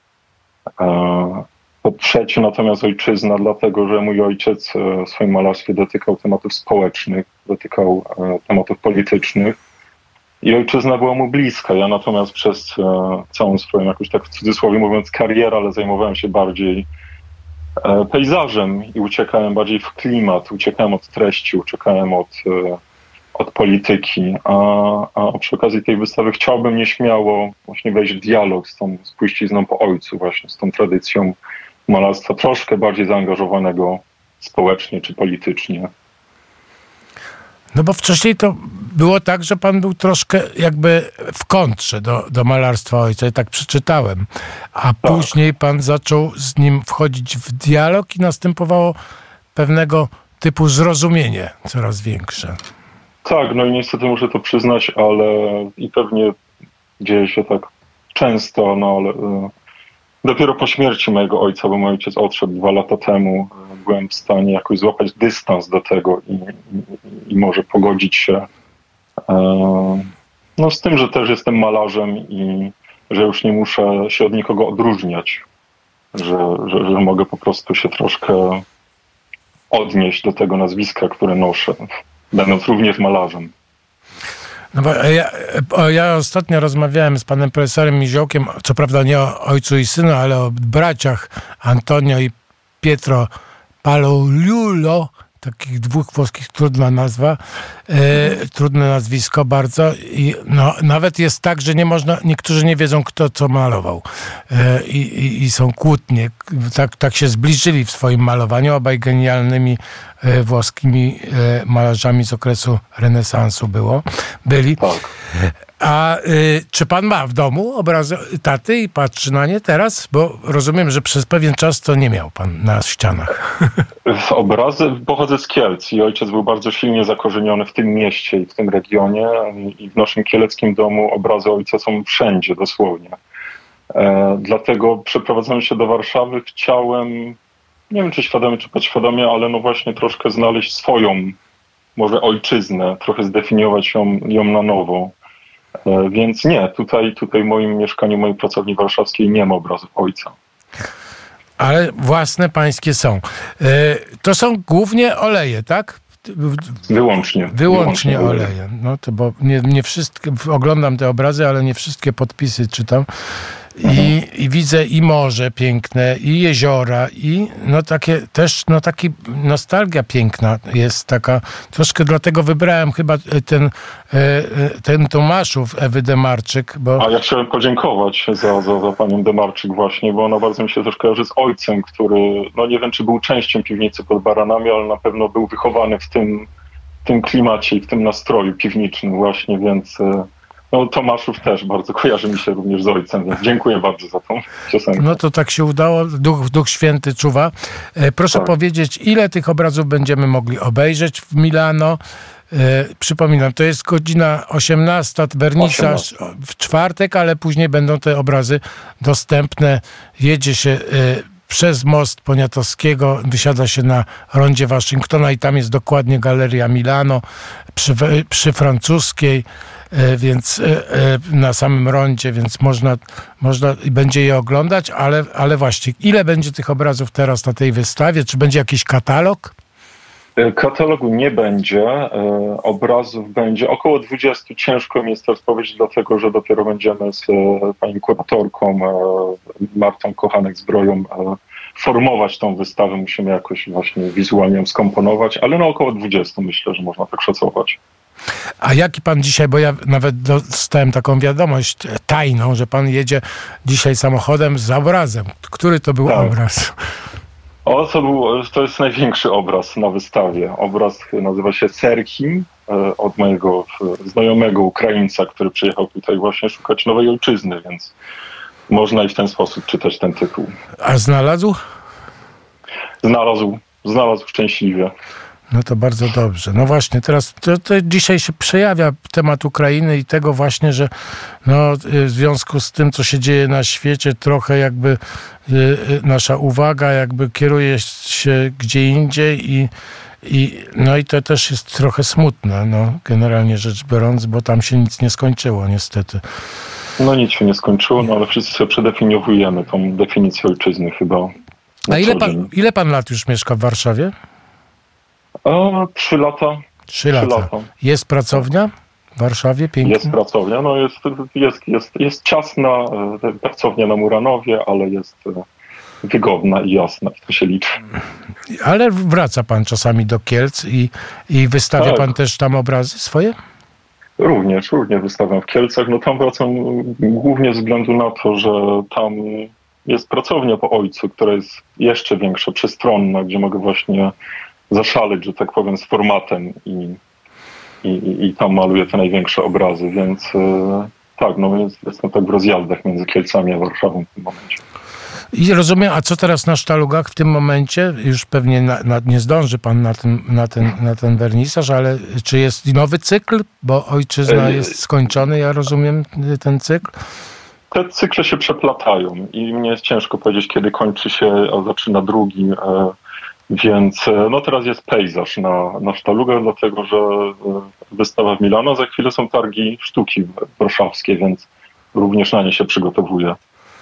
Po trzecie natomiast ojczyzna, dlatego że mój ojciec w swoim malarstwie dotykał tematów społecznych, dotykał tematów politycznych i ojczyzna była mu bliska. Ja natomiast przez całą swoją, jakoś tak w cudzysłowie mówiąc, karierę, ale zajmowałem się bardziej pejzażem i uciekałem bardziej w klimat, uciekałem od treści, uciekałem od polityki, a przy okazji tej wystawy chciałbym nieśmiało właśnie wejść w dialog z tą spuścizną po ojcu, właśnie z tą tradycją malarstwa troszkę bardziej zaangażowanego społecznie czy politycznie. No bo wcześniej to było tak, że pan był troszkę jakby w kontrze do malarstwa ojca, i tak przeczytałem. A później pan zaczął z nim wchodzić w dialog i następowało pewnego typu zrozumienie coraz większe. Tak, no i niestety muszę to przyznać, ale i pewnie dzieje się tak często, no ale dopiero po śmierci mojego ojca, bo mój ojciec odszedł 2 lata temu, byłem w stanie jakoś złapać dystans do tego i może pogodzić się no z tym, że też jestem malarzem i że już nie muszę się od nikogo odróżniać, że mogę po prostu się troszkę odnieść do tego nazwiska, które noszę, będąc również malarzem. No bo ja ostatnio rozmawiałem z panem profesorem Miziołkiem, co prawda nie o ojcu i synu, ale o braciach Antonio i Pietro Paolulo, takich dwóch włoskich, trudna nazwa, trudne nazwisko bardzo i nawet jest tak, że niektórzy nie wiedzą, kto co malował i są kłótnie. Tak się zbliżyli w swoim malowaniu, obaj genialnymi włoskimi malarzami z okresu renesansu byli. Tak. A czy pan ma w domu obrazy taty i patrzy na nie teraz? Bo rozumiem, że przez pewien czas to nie miał pan na ścianach. Obrazy pochodzę z Kielc i ojciec był bardzo silnie zakorzeniony w tym mieście i w tym regionie i w naszym kieleckim domu obrazy ojca są wszędzie dosłownie. Dlatego przeprowadzając się do Warszawy chciałem, nie wiem czy świadomie, czy podświadomie, ale no właśnie troszkę znaleźć swoją może ojczyznę, trochę zdefiniować ją na nowo. Więc nie, tutaj w moim mieszkaniu, mojej pracowni warszawskiej nie ma obrazów ojca. Ale własne pańskie są. To są głównie oleje, tak? Wyłącznie oleje. No to bo nie wszystkie, oglądam te obrazy, ale nie wszystkie podpisy czytam. I widzę i morze piękne, i jeziora, i taki nostalgia piękna jest taka. Troszkę dlatego wybrałem chyba ten Tomaszów Ewy Demarczyk. A ja chciałem podziękować za panią Demarczyk właśnie, bo ona bardzo mi się też kojarzy z ojcem, który, no nie wiem czy był częścią Piwnicy pod Baranami, ale na pewno był wychowany w tym klimacie i w tym nastroju piwniczym właśnie, więc... No Tomaszów też bardzo kojarzy mi się również z ojcem, więc dziękuję bardzo za tą piosenkę. No to tak się udało, Duch Święty czuwa. Proszę powiedzieć, ile tych obrazów będziemy mogli obejrzeć w Milano? Przypominam, to jest godzina 18, wernisaż w czwartek, ale później będą te obrazy dostępne. Jedzie się przez most Poniatowskiego, wysiada się na rondzie Waszyngtona i tam jest dokładnie Galeria Milano przy Francuskiej, więc na samym rondzie, więc można i będzie je oglądać, ale właśnie, ile będzie tych obrazów teraz na tej wystawie? Czy będzie jakiś katalog? Katalogu nie będzie, obrazów będzie około 20. Ciężko mi jest teraz powiedzieć, dlatego że dopiero będziemy z pani kuratorką Martą Kochanek-Zbroją formować tą wystawę. Musimy jakoś właśnie wizualnie ją skomponować, ale no około 20 myślę, że można tak szacować. A jaki pan dzisiaj, bo ja nawet dostałem taką wiadomość tajną, że pan jedzie dzisiaj samochodem z obrazem. Który to był obraz? To jest największy obraz na wystawie. Obraz nazywa się Serhim, od mojego znajomego Ukraińca, który przyjechał tutaj właśnie szukać nowej ojczyzny, więc można i w ten sposób czytać ten tytuł. A znalazł? Znalazł szczęśliwie. No to bardzo dobrze. No właśnie, teraz to dzisiaj się przejawia temat Ukrainy i tego właśnie, że w związku z tym, co się dzieje na świecie, trochę jakby nasza uwaga jakby kieruje się gdzie indziej i to też jest trochę smutne, generalnie rzecz biorąc, bo tam się nic nie skończyło niestety. No nic się nie skończyło, ale wszyscy sobie przedefiniowujemy tą definicję ojczyzny chyba. A ile pan lat już mieszka w Warszawie? 3 lata. 3 lata. Jest pracownia w Warszawie? Pięknie. Jest pracownia. Jest ciasna pracownia na Muranowie, ale jest wygodna i jasna. To się liczy. Ale wraca pan czasami do Kielc i wystawia pan też tam obrazy swoje? Również wystawiam w Kielcach. Tam wracam głównie ze względu na to, że tam jest pracownia po ojcu, która jest jeszcze większa, przestronna, gdzie mogę właśnie zaszaleć, że tak powiem, z formatem i tam maluję te największe obrazy, więc jestem tak w rozjazdach między Kielcami a Warszawą w tym momencie. I rozumiem, a co teraz na Sztalugach w tym momencie? Już pewnie nie zdąży pan na ten wernisaż, ale czy jest nowy cykl? Bo Ojczyzna jest skończony, ja rozumiem, ten cykl? Te cykle się przeplatają i mnie jest ciężko powiedzieć, kiedy kończy się, a zaczyna drugi. Więc teraz jest pejzaż na Sztalugach, dlatego że wystawa w Milano, za chwilę są targi sztuki warszawskie, więc również na nie się przygotowuję.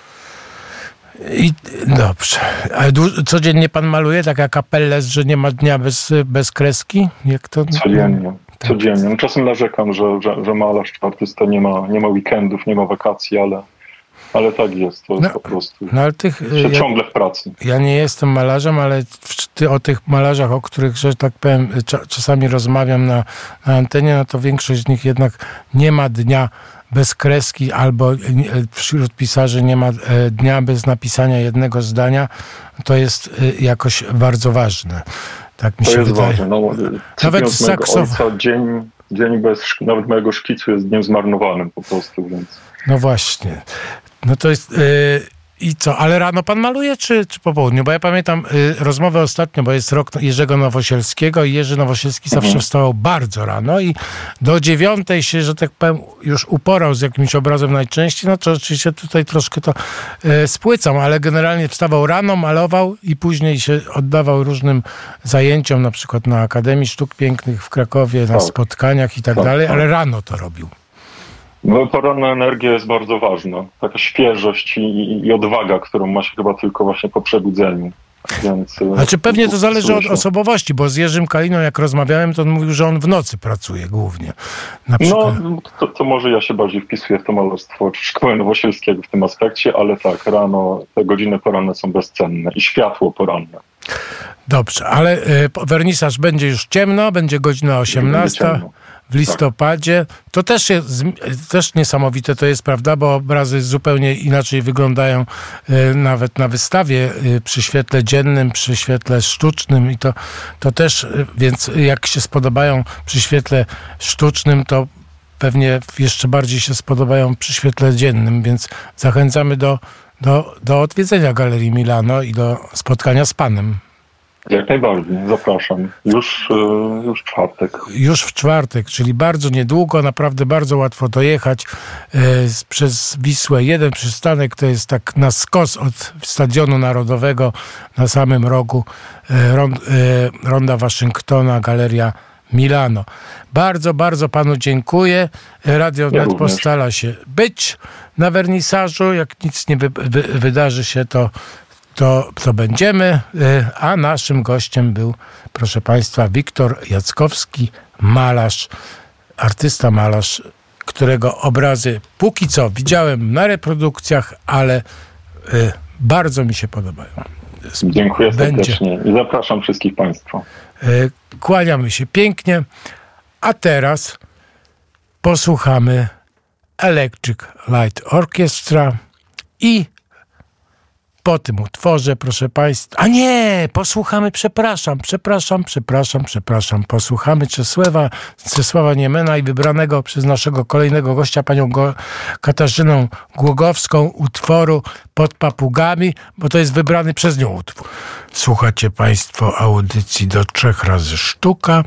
I dobrze. A codziennie pan maluje, tak jak Apelles, że nie ma dnia bez kreski? Jak to? Codziennie. Czasem narzekam, że malarz czy artysta nie ma weekendów, nie ma wakacji, ale ale tak jest, to jest po prostu ale ciągle w pracy. Ja nie jestem malarzem, ale o tych malarzach, o których, że tak powiem, czasami rozmawiam na antenie, no to większość z nich jednak nie ma dnia bez kreski, albo wśród pisarzy nie ma dnia bez napisania jednego zdania. To jest jakoś bardzo ważne. Tak mi się wydaje. Ważne. No, nawet saksofon. Dzień bez nawet mojego szkicu jest dniem zmarnowanym po prostu, więc... No właśnie. No to jest... I co? Ale rano pan maluje, czy po południu? Bo ja pamiętam rozmowę ostatnio, bo jest rok Jerzego Nowosielskiego i Jerzy Nowosielski zawsze wstawał bardzo rano i do 9 się, że tak powiem, już uporał z jakimś obrazem najczęściej. No to oczywiście tutaj troszkę to spłycam, ale generalnie wstawał rano, malował i później się oddawał różnym zajęciom, na przykład na Akademii Sztuk Pięknych w Krakowie, na spotkaniach i tak dalej, ale rano to robił. No, poranna energia jest bardzo ważna. Taka świeżość i odwaga, którą ma się chyba tylko właśnie po przebudzeniu. Więc, znaczy pewnie to zależy od osobowości, bo z Jerzym Kaliną jak rozmawiałem, to on mówił, że on w nocy pracuje głównie. Na przykład. No, to może ja się bardziej wpisuję w to malarstwo Szkoły Nowosielskiego w tym aspekcie, ale tak, rano te godziny poranne są bezcenne i światło poranne. Dobrze, ale wernisaż będzie już ciemno, będzie godzina 18 w listopadzie. To też niesamowite to jest, prawda, bo obrazy zupełnie inaczej wyglądają nawet na wystawie przy świetle dziennym, przy świetle sztucznym i to też, więc jak się spodobają przy świetle sztucznym, to pewnie jeszcze bardziej się spodobają przy świetle dziennym, więc zachęcamy do odwiedzenia Galerii Milano i do spotkania z panem. Jak najbardziej, zapraszam. Już w czwartek. Już w czwartek, czyli bardzo niedługo, naprawdę bardzo łatwo dojechać przez Wisłę. Jeden przystanek to jest tak na skos od Stadionu Narodowego na samym rogu Ronda Waszyngtona, Galeria Milano. Bardzo, bardzo panu dziękuję. Radio Wnet postara się być na wernisażu. Jak nic nie wydarzy się, to będziemy, a naszym gościem był, proszę państwa, Wiktor Jackowski, malarz, artysta malarz, którego obrazy póki co widziałem na reprodukcjach, ale bardzo mi się podobają. Dziękuję serdecznie i zapraszam wszystkich państwa. Kłaniamy się pięknie, a teraz posłuchamy Electric Light Orchestra i po tym utworze, proszę państwa... A nie! Posłuchamy, przepraszam. Posłuchamy Czesława Niemena i wybranego przez naszego kolejnego gościa, panią Katarzynę Głogowską, utworu Pod papugami, bo to jest wybrany przez nią utwór. Słuchacie państwo audycji do 3 razy sztuka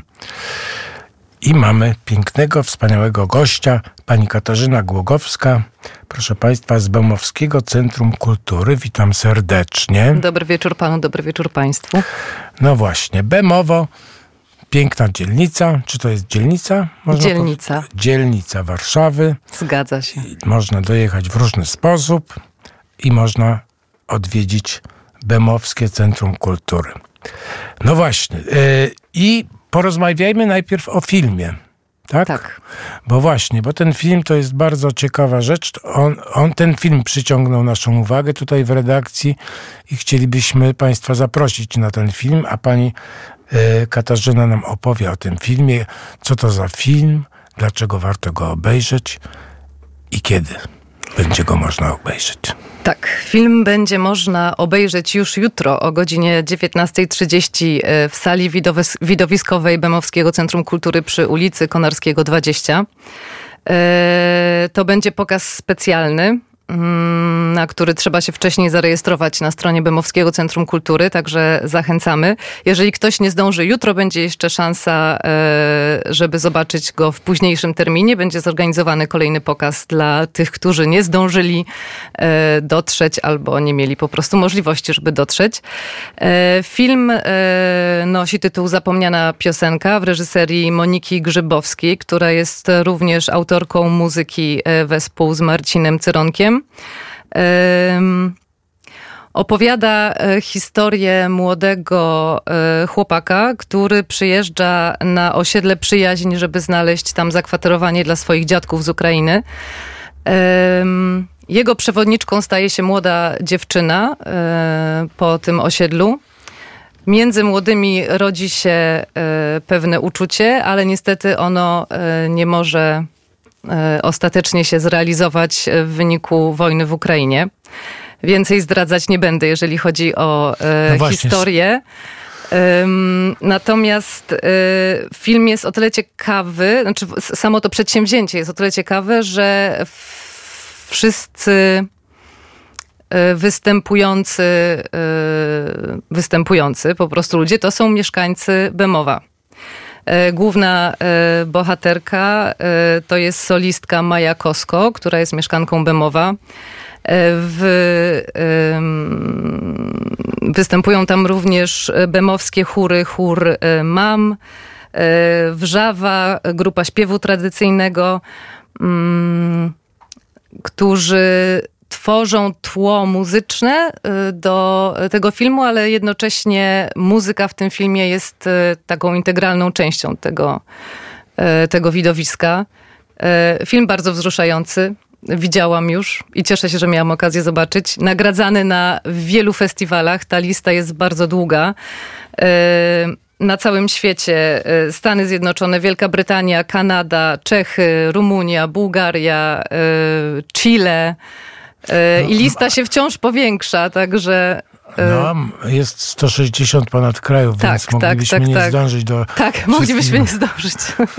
i mamy pięknego, wspaniałego gościa, pani Katarzyna Głogowska, proszę państwa, z Bemowskiego Centrum Kultury. Witam serdecznie. Dobry wieczór panu, dobry wieczór państwu. No właśnie, Bemowo, piękna dzielnica. Czy to jest dzielnica? Dzielnica. Dzielnica Warszawy. Zgadza się. Można dojechać w różny sposób i można odwiedzić Bemowskie Centrum Kultury. No właśnie. I porozmawiajmy najpierw o filmie. Tak? Bo ten film to jest bardzo ciekawa rzecz. Ten film przyciągnął naszą uwagę tutaj w redakcji i chcielibyśmy państwa zaprosić na ten film, a pani Katarzyna nam opowie o tym filmie, co to za film, dlaczego warto go obejrzeć i kiedy będzie go można obejrzeć. Tak, film będzie można obejrzeć już jutro o godzinie 19:30 w sali widowiskowej Bemowskiego Centrum Kultury przy ulicy Konarskiego 20. To będzie pokaz specjalny, na który trzeba się wcześniej zarejestrować na stronie Bemowskiego Centrum Kultury, także zachęcamy. Jeżeli ktoś nie zdąży jutro, będzie jeszcze szansa, żeby zobaczyć go w późniejszym terminie. Będzie zorganizowany kolejny pokaz dla tych, którzy nie zdążyli dotrzeć albo nie mieli po prostu możliwości, żeby dotrzeć. Film nosi tytuł Zapomniana piosenka w reżyserii Moniki Grzybowskiej, która jest również autorką muzyki wespół z Marcinem Cyronkiem. Opowiada historię młodego chłopaka, który przyjeżdża na osiedle Przyjaźń, żeby znaleźć tam zakwaterowanie dla swoich dziadków z Ukrainy. Jego przewodniczką staje się młoda dziewczyna po tym osiedlu. Między młodymi rodzi się pewne uczucie, ale niestety ono nie może ostatecznie się zrealizować w wyniku wojny w Ukrainie. Więcej zdradzać nie będę, jeżeli chodzi o historię. Natomiast film jest o tyle ciekawy, znaczy samo to przedsięwzięcie jest o tyle ciekawe, że wszyscy występujący po prostu ludzie to są mieszkańcy Bemowa. Główna bohaterka to jest solistka Maja Kosko, która jest mieszkanką Bemowa. Występują tam również bemowskie chóry, chór Mam, Wrzawa, grupa śpiewu tradycyjnego, którzy tworzą tło muzyczne do tego filmu, ale jednocześnie muzyka w tym filmie jest taką integralną częścią tego widowiska. Film bardzo wzruszający. Widziałam już i cieszę się, że miałam okazję zobaczyć. Nagradzany na wielu festiwalach. Ta lista jest bardzo długa. Na całym świecie Stany Zjednoczone, Wielka Brytania, Kanada, Czechy, Rumunia, Bułgaria, Chile. I lista się wciąż powiększa, także... No, jest 160 ponad krajów, więc moglibyśmy nie zdążyć do... Tak, moglibyśmy nie zdążyć.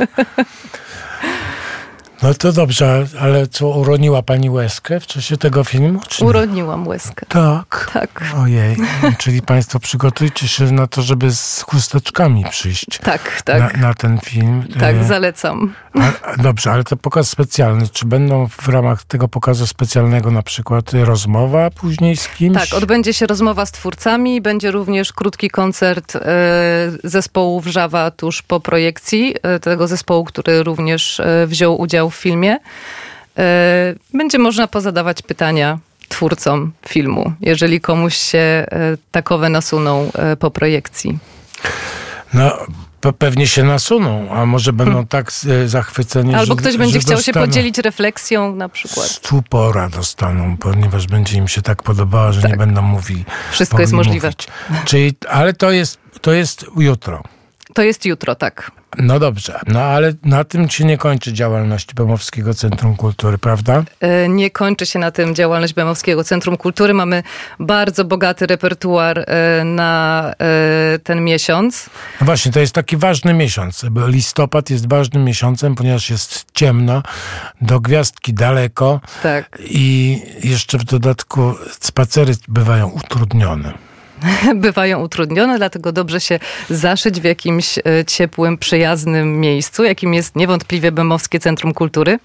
No to dobrze, ale co, uroniła pani łezkę w czasie tego filmu? Uroniłam łezkę. Tak? Tak. Ojej, czyli państwo przygotujcie się na to, żeby z chusteczkami przyjść. Tak. Na ten film. Tak, zalecam. Dobrze, ale to pokaz specjalny. Czy będą w ramach tego pokazu specjalnego na przykład rozmowa później z kimś? Tak, odbędzie się rozmowa z twórcami. Będzie również krótki koncert zespołu Wrzawa tuż po projekcji. Tego zespołu, który również wziął udział w filmie. Będzie można pozadawać pytania twórcom filmu, jeżeli komuś się takowe nasuną po projekcji. No, pewnie się nasuną, a może będą tak zachwyceni, albo ktoś będzie chciał się dostaną, podzielić refleksją na przykład. Stupora dostaną, ponieważ będzie im się tak podobało, że nie będą mówili. Wszystko jest możliwe. Czyli, ale to jest jutro. To jest jutro, tak. No dobrze, no ale na tym się nie kończy działalność Bemowskiego Centrum Kultury, prawda? Nie kończy się na tym działalność Bemowskiego Centrum Kultury. Mamy bardzo bogaty repertuar na ten miesiąc. No właśnie, to jest taki ważny miesiąc. Listopad jest ważnym miesiącem, ponieważ jest ciemno, do gwiazdki daleko. Tak. I jeszcze w dodatku spacery bywają utrudnione. Bywają utrudnione, dlatego dobrze się zaszyć w jakimś ciepłym, przyjaznym miejscu, jakim jest niewątpliwie Bemowskie Centrum Kultury.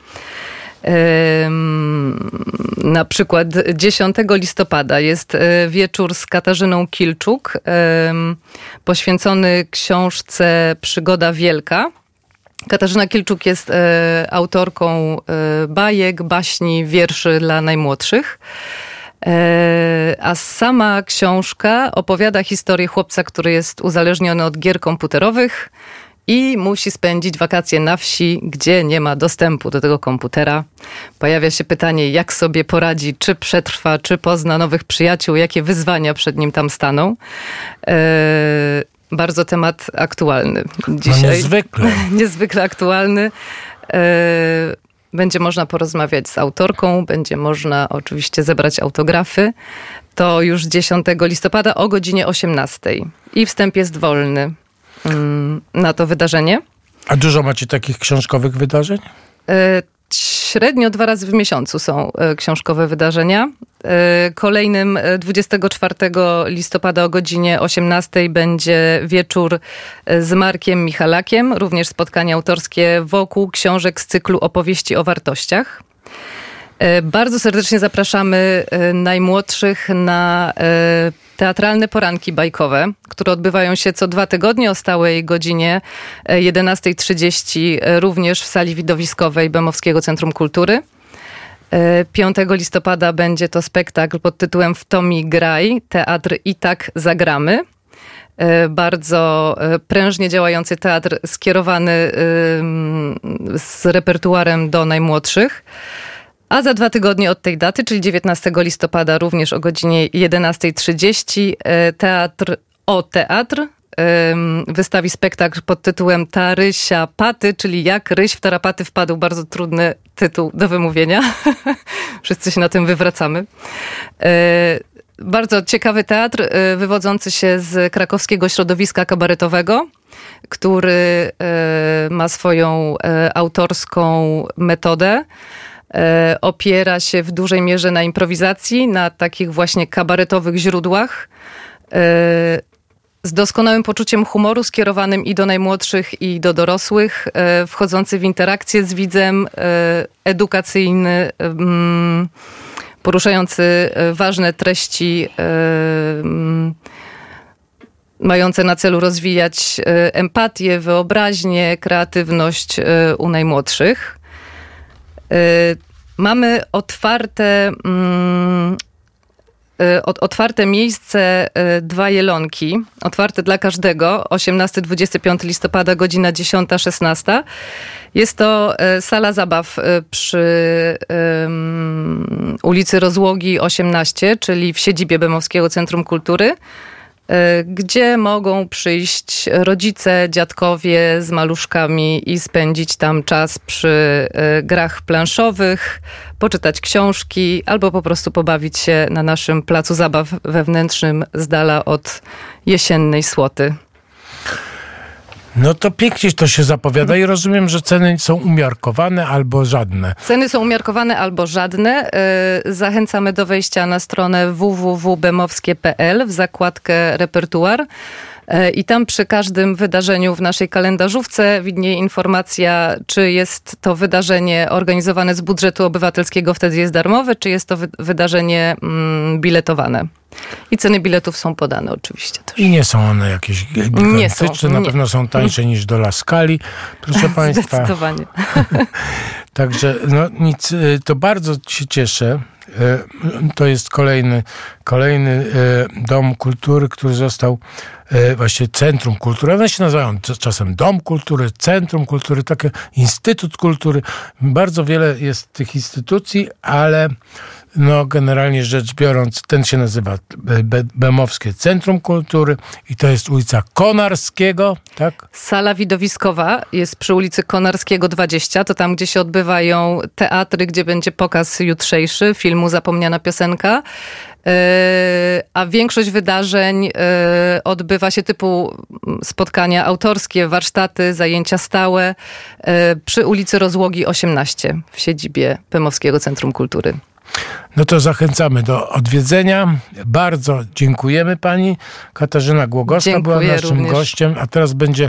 Na przykład 10 listopada jest wieczór z Katarzyną Kilczuk, poświęcony książce Przygoda Wielka. Katarzyna Kilczuk jest autorką bajek, baśni, wierszy dla najmłodszych. A sama książka opowiada historię chłopca, który jest uzależniony od gier komputerowych i musi spędzić wakacje na wsi, gdzie nie ma dostępu do tego komputera. Pojawia się pytanie, jak sobie poradzi, czy przetrwa, czy pozna nowych przyjaciół, jakie wyzwania przed nim tam staną. Bardzo temat aktualny dzisiaj. No niezwykle. Niezwykle aktualny. Będzie można porozmawiać z autorką, będzie można oczywiście zebrać autografy. To już 10 listopada o godzinie 18. I wstęp jest wolny na to wydarzenie. A dużo macie takich książkowych wydarzeń? Średnio 2 razy w miesiącu są książkowe wydarzenia. Kolejnym 24 listopada o godzinie 18 będzie wieczór z Markiem Michalakiem, również spotkanie autorskie wokół książek z cyklu opowieści o wartościach. Bardzo serdecznie zapraszamy najmłodszych na teatralne poranki bajkowe, które odbywają się co 2 tygodnie o stałej godzinie 11:30, również w sali widowiskowej Bemowskiego Centrum Kultury. 5 listopada będzie to spektakl pod tytułem W to mi graj, teatr I tak zagramy. Bardzo prężnie działający teatr skierowany z repertuarem do najmłodszych. A za 2 tygodnie od tej daty, czyli 19 listopada, również o godzinie 11:30 teatr wystawi spektakl pod tytułem Tarysia Paty, czyli jak ryś w tarapaty wpadł. Bardzo trudny tytuł do wymówienia. Wszyscy się na tym wywracamy. Bardzo ciekawy teatr, wywodzący się z krakowskiego środowiska kabaretowego, który ma swoją autorską metodę. Opiera się w dużej mierze na improwizacji, na takich właśnie kabaretowych źródłach, z doskonałym poczuciem humoru skierowanym i do najmłodszych, i do dorosłych, wchodzący w interakcję z widzem, edukacyjny, poruszający ważne treści, mające na celu rozwijać empatię, wyobraźnię, kreatywność u najmłodszych. Mamy otwarte miejsce 2 Jelonki, otwarte dla każdego, 18-25 listopada, godzina 10-16. Jest to sala zabaw przy ulicy Rozłogi 18, czyli w siedzibie Bemowskiego Centrum Kultury, gdzie mogą przyjść rodzice, dziadkowie z maluszkami i spędzić tam czas przy grach planszowych, poczytać książki albo po prostu pobawić się na naszym placu zabaw wewnętrznym z dala od jesiennej Słoty. No to pięknie to się zapowiada i rozumiem, że ceny są umiarkowane albo żadne. Ceny są umiarkowane albo żadne. Zachęcamy do wejścia na stronę www.bemowskie.pl w zakładkę repertuar. I tam przy każdym wydarzeniu w naszej kalendarzówce widnieje informacja, czy jest to wydarzenie organizowane z budżetu obywatelskiego, wtedy jest darmowe, czy jest to wydarzenie biletowane. I ceny biletów są podane oczywiście też. I nie są one jakieś gigantyczne, na pewno są tańsze niż do La Scali, proszę Państwa. Zdecydowanie. Także no nic, to bardzo się cieszę. To jest kolejny dom kultury, który został właśnie Centrum Kultury. One się nazywają czasem Dom Kultury, Centrum Kultury, taki Instytut Kultury. Bardzo wiele jest tych instytucji, ale no generalnie rzecz biorąc, ten się nazywa Bemowskie Centrum Kultury i to jest ulica Konarskiego, tak? Sala widowiskowa jest przy ulicy Konarskiego 20, to tam, gdzie się odbywają teatry, gdzie będzie pokaz jutrzejszy filmu Zapomniana piosenka. A większość wydarzeń odbywa się typu spotkania autorskie, warsztaty, zajęcia stałe przy ulicy Rozłogi 18 w siedzibie Bemowskiego Centrum Kultury. No to zachęcamy do odwiedzenia. Bardzo dziękujemy pani. Katarzyna Głogowska była naszym gościem, a teraz będzie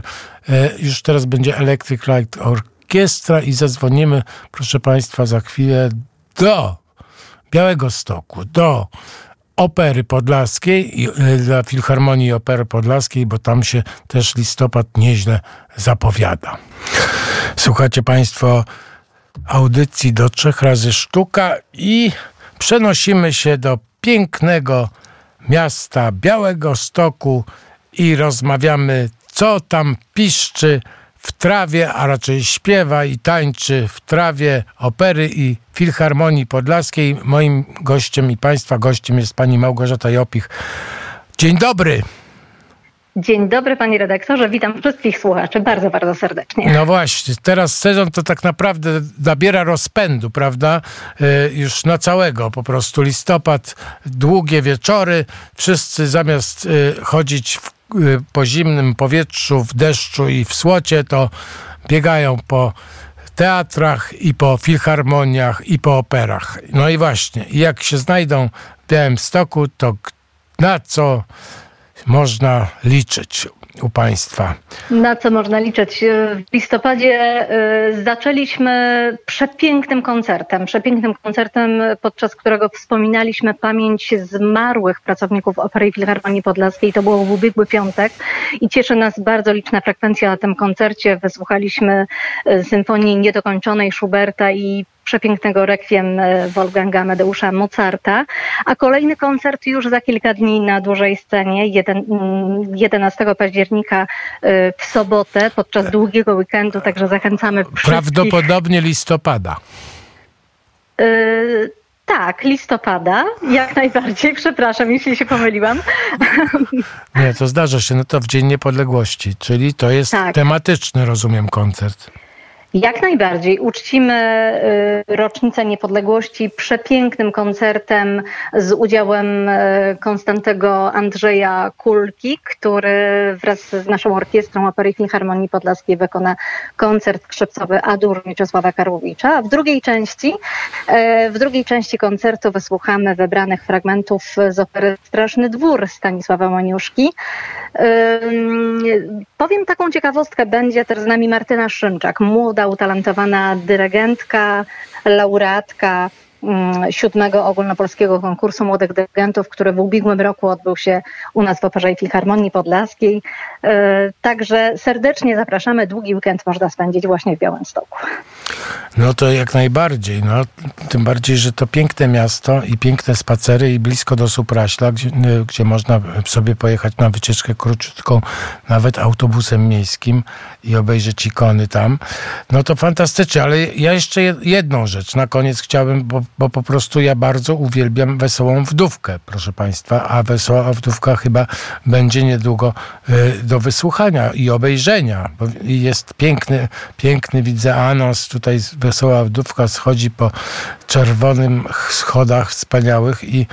Electric Light Orchestra i zadzwonimy, proszę Państwa, za chwilę do Białegostoku, do Opery Podlaskiej i dla Filharmonii Opery Podlaskiej, bo tam się też listopad nieźle zapowiada. Słuchacie Państwo audycji do 3 razy sztuka i przenosimy się do pięknego miasta Białegostoku i rozmawiamy, co tam piszczy w trawie, a raczej śpiewa i tańczy w trawie Opery i Filharmonii Podlaskiej. Moim gościem i Państwa gościem jest pani Małgorzata Jopich. Dzień dobry. Dzień dobry, panie redaktorze. Witam wszystkich słuchaczy bardzo, bardzo serdecznie. No właśnie, teraz sezon to tak naprawdę nabiera rozpędu, prawda? Już na całego po prostu. Listopad, długie wieczory. Wszyscy zamiast chodzić po zimnym powietrzu, w deszczu i w słocie, to biegają po teatrach i po filharmoniach i po operach. No i właśnie, jak się znajdą w Białymstoku, to na co można liczyć u Państwa? Na co można liczyć? W listopadzie zaczęliśmy przepięknym koncertem, podczas którego wspominaliśmy pamięć zmarłych pracowników Opery i Filharmonii Podlaskiej. To było w ubiegły piątek i cieszy nas bardzo liczna frekwencja na tym koncercie. Wysłuchaliśmy symfonii niedokończonej Schuberta i przepięknego rekwiem Wolfganga Amadeusza Mozarta, a kolejny koncert już za kilka dni na dużej scenie, 11 października w sobotę, podczas długiego weekendu, także zachęcamy wszystkich. Prawdopodobnie listopada. Tak, listopada, jak najbardziej. Przepraszam, jeśli się pomyliłam. Nie, to zdarza się, no to w Dzień Niepodległości, czyli to jest tematyczny, rozumiem, koncert. Jak najbardziej. Uczcimy rocznicę niepodległości przepięknym koncertem z udziałem Konstantego Andrzeja Kulki, który wraz z naszą orkiestrą Opery Filharmonii Podlaskiej wykona koncert skrzypcowy A-dur Mieczysława Karłowicza. A w drugiej części koncertu wysłuchamy wybranych fragmentów z opery Straszny Dwór Stanisława Moniuszki. Powiem taką ciekawostkę, będzie też z nami Martyna Szymczak, młoda, utalentowana dyrygentka, laureatka 7. ogólnopolskiego konkursu młodych dyrygentów, który w ubiegłym roku odbył się u nas w Operze Filharmonii Podlaskiej. Także serdecznie zapraszamy. Długi weekend można spędzić właśnie w Białymstoku. No to jak najbardziej. No, tym bardziej, że to piękne miasto i piękne spacery i blisko do Supraśla, gdzie można sobie pojechać na wycieczkę króciutką, nawet autobusem miejskim i obejrzeć ikony tam. No to fantastycznie, ale ja jeszcze jedną rzecz na koniec chciałbym, bo po prostu ja bardzo uwielbiam Wesołą Wdówkę, proszę Państwa, a Wesoła Wdówka chyba będzie niedługo do wysłuchania i obejrzenia, bo jest piękny widzę anons, tutaj Wesoła Wdówka schodzi po czerwonym schodach wspaniałych i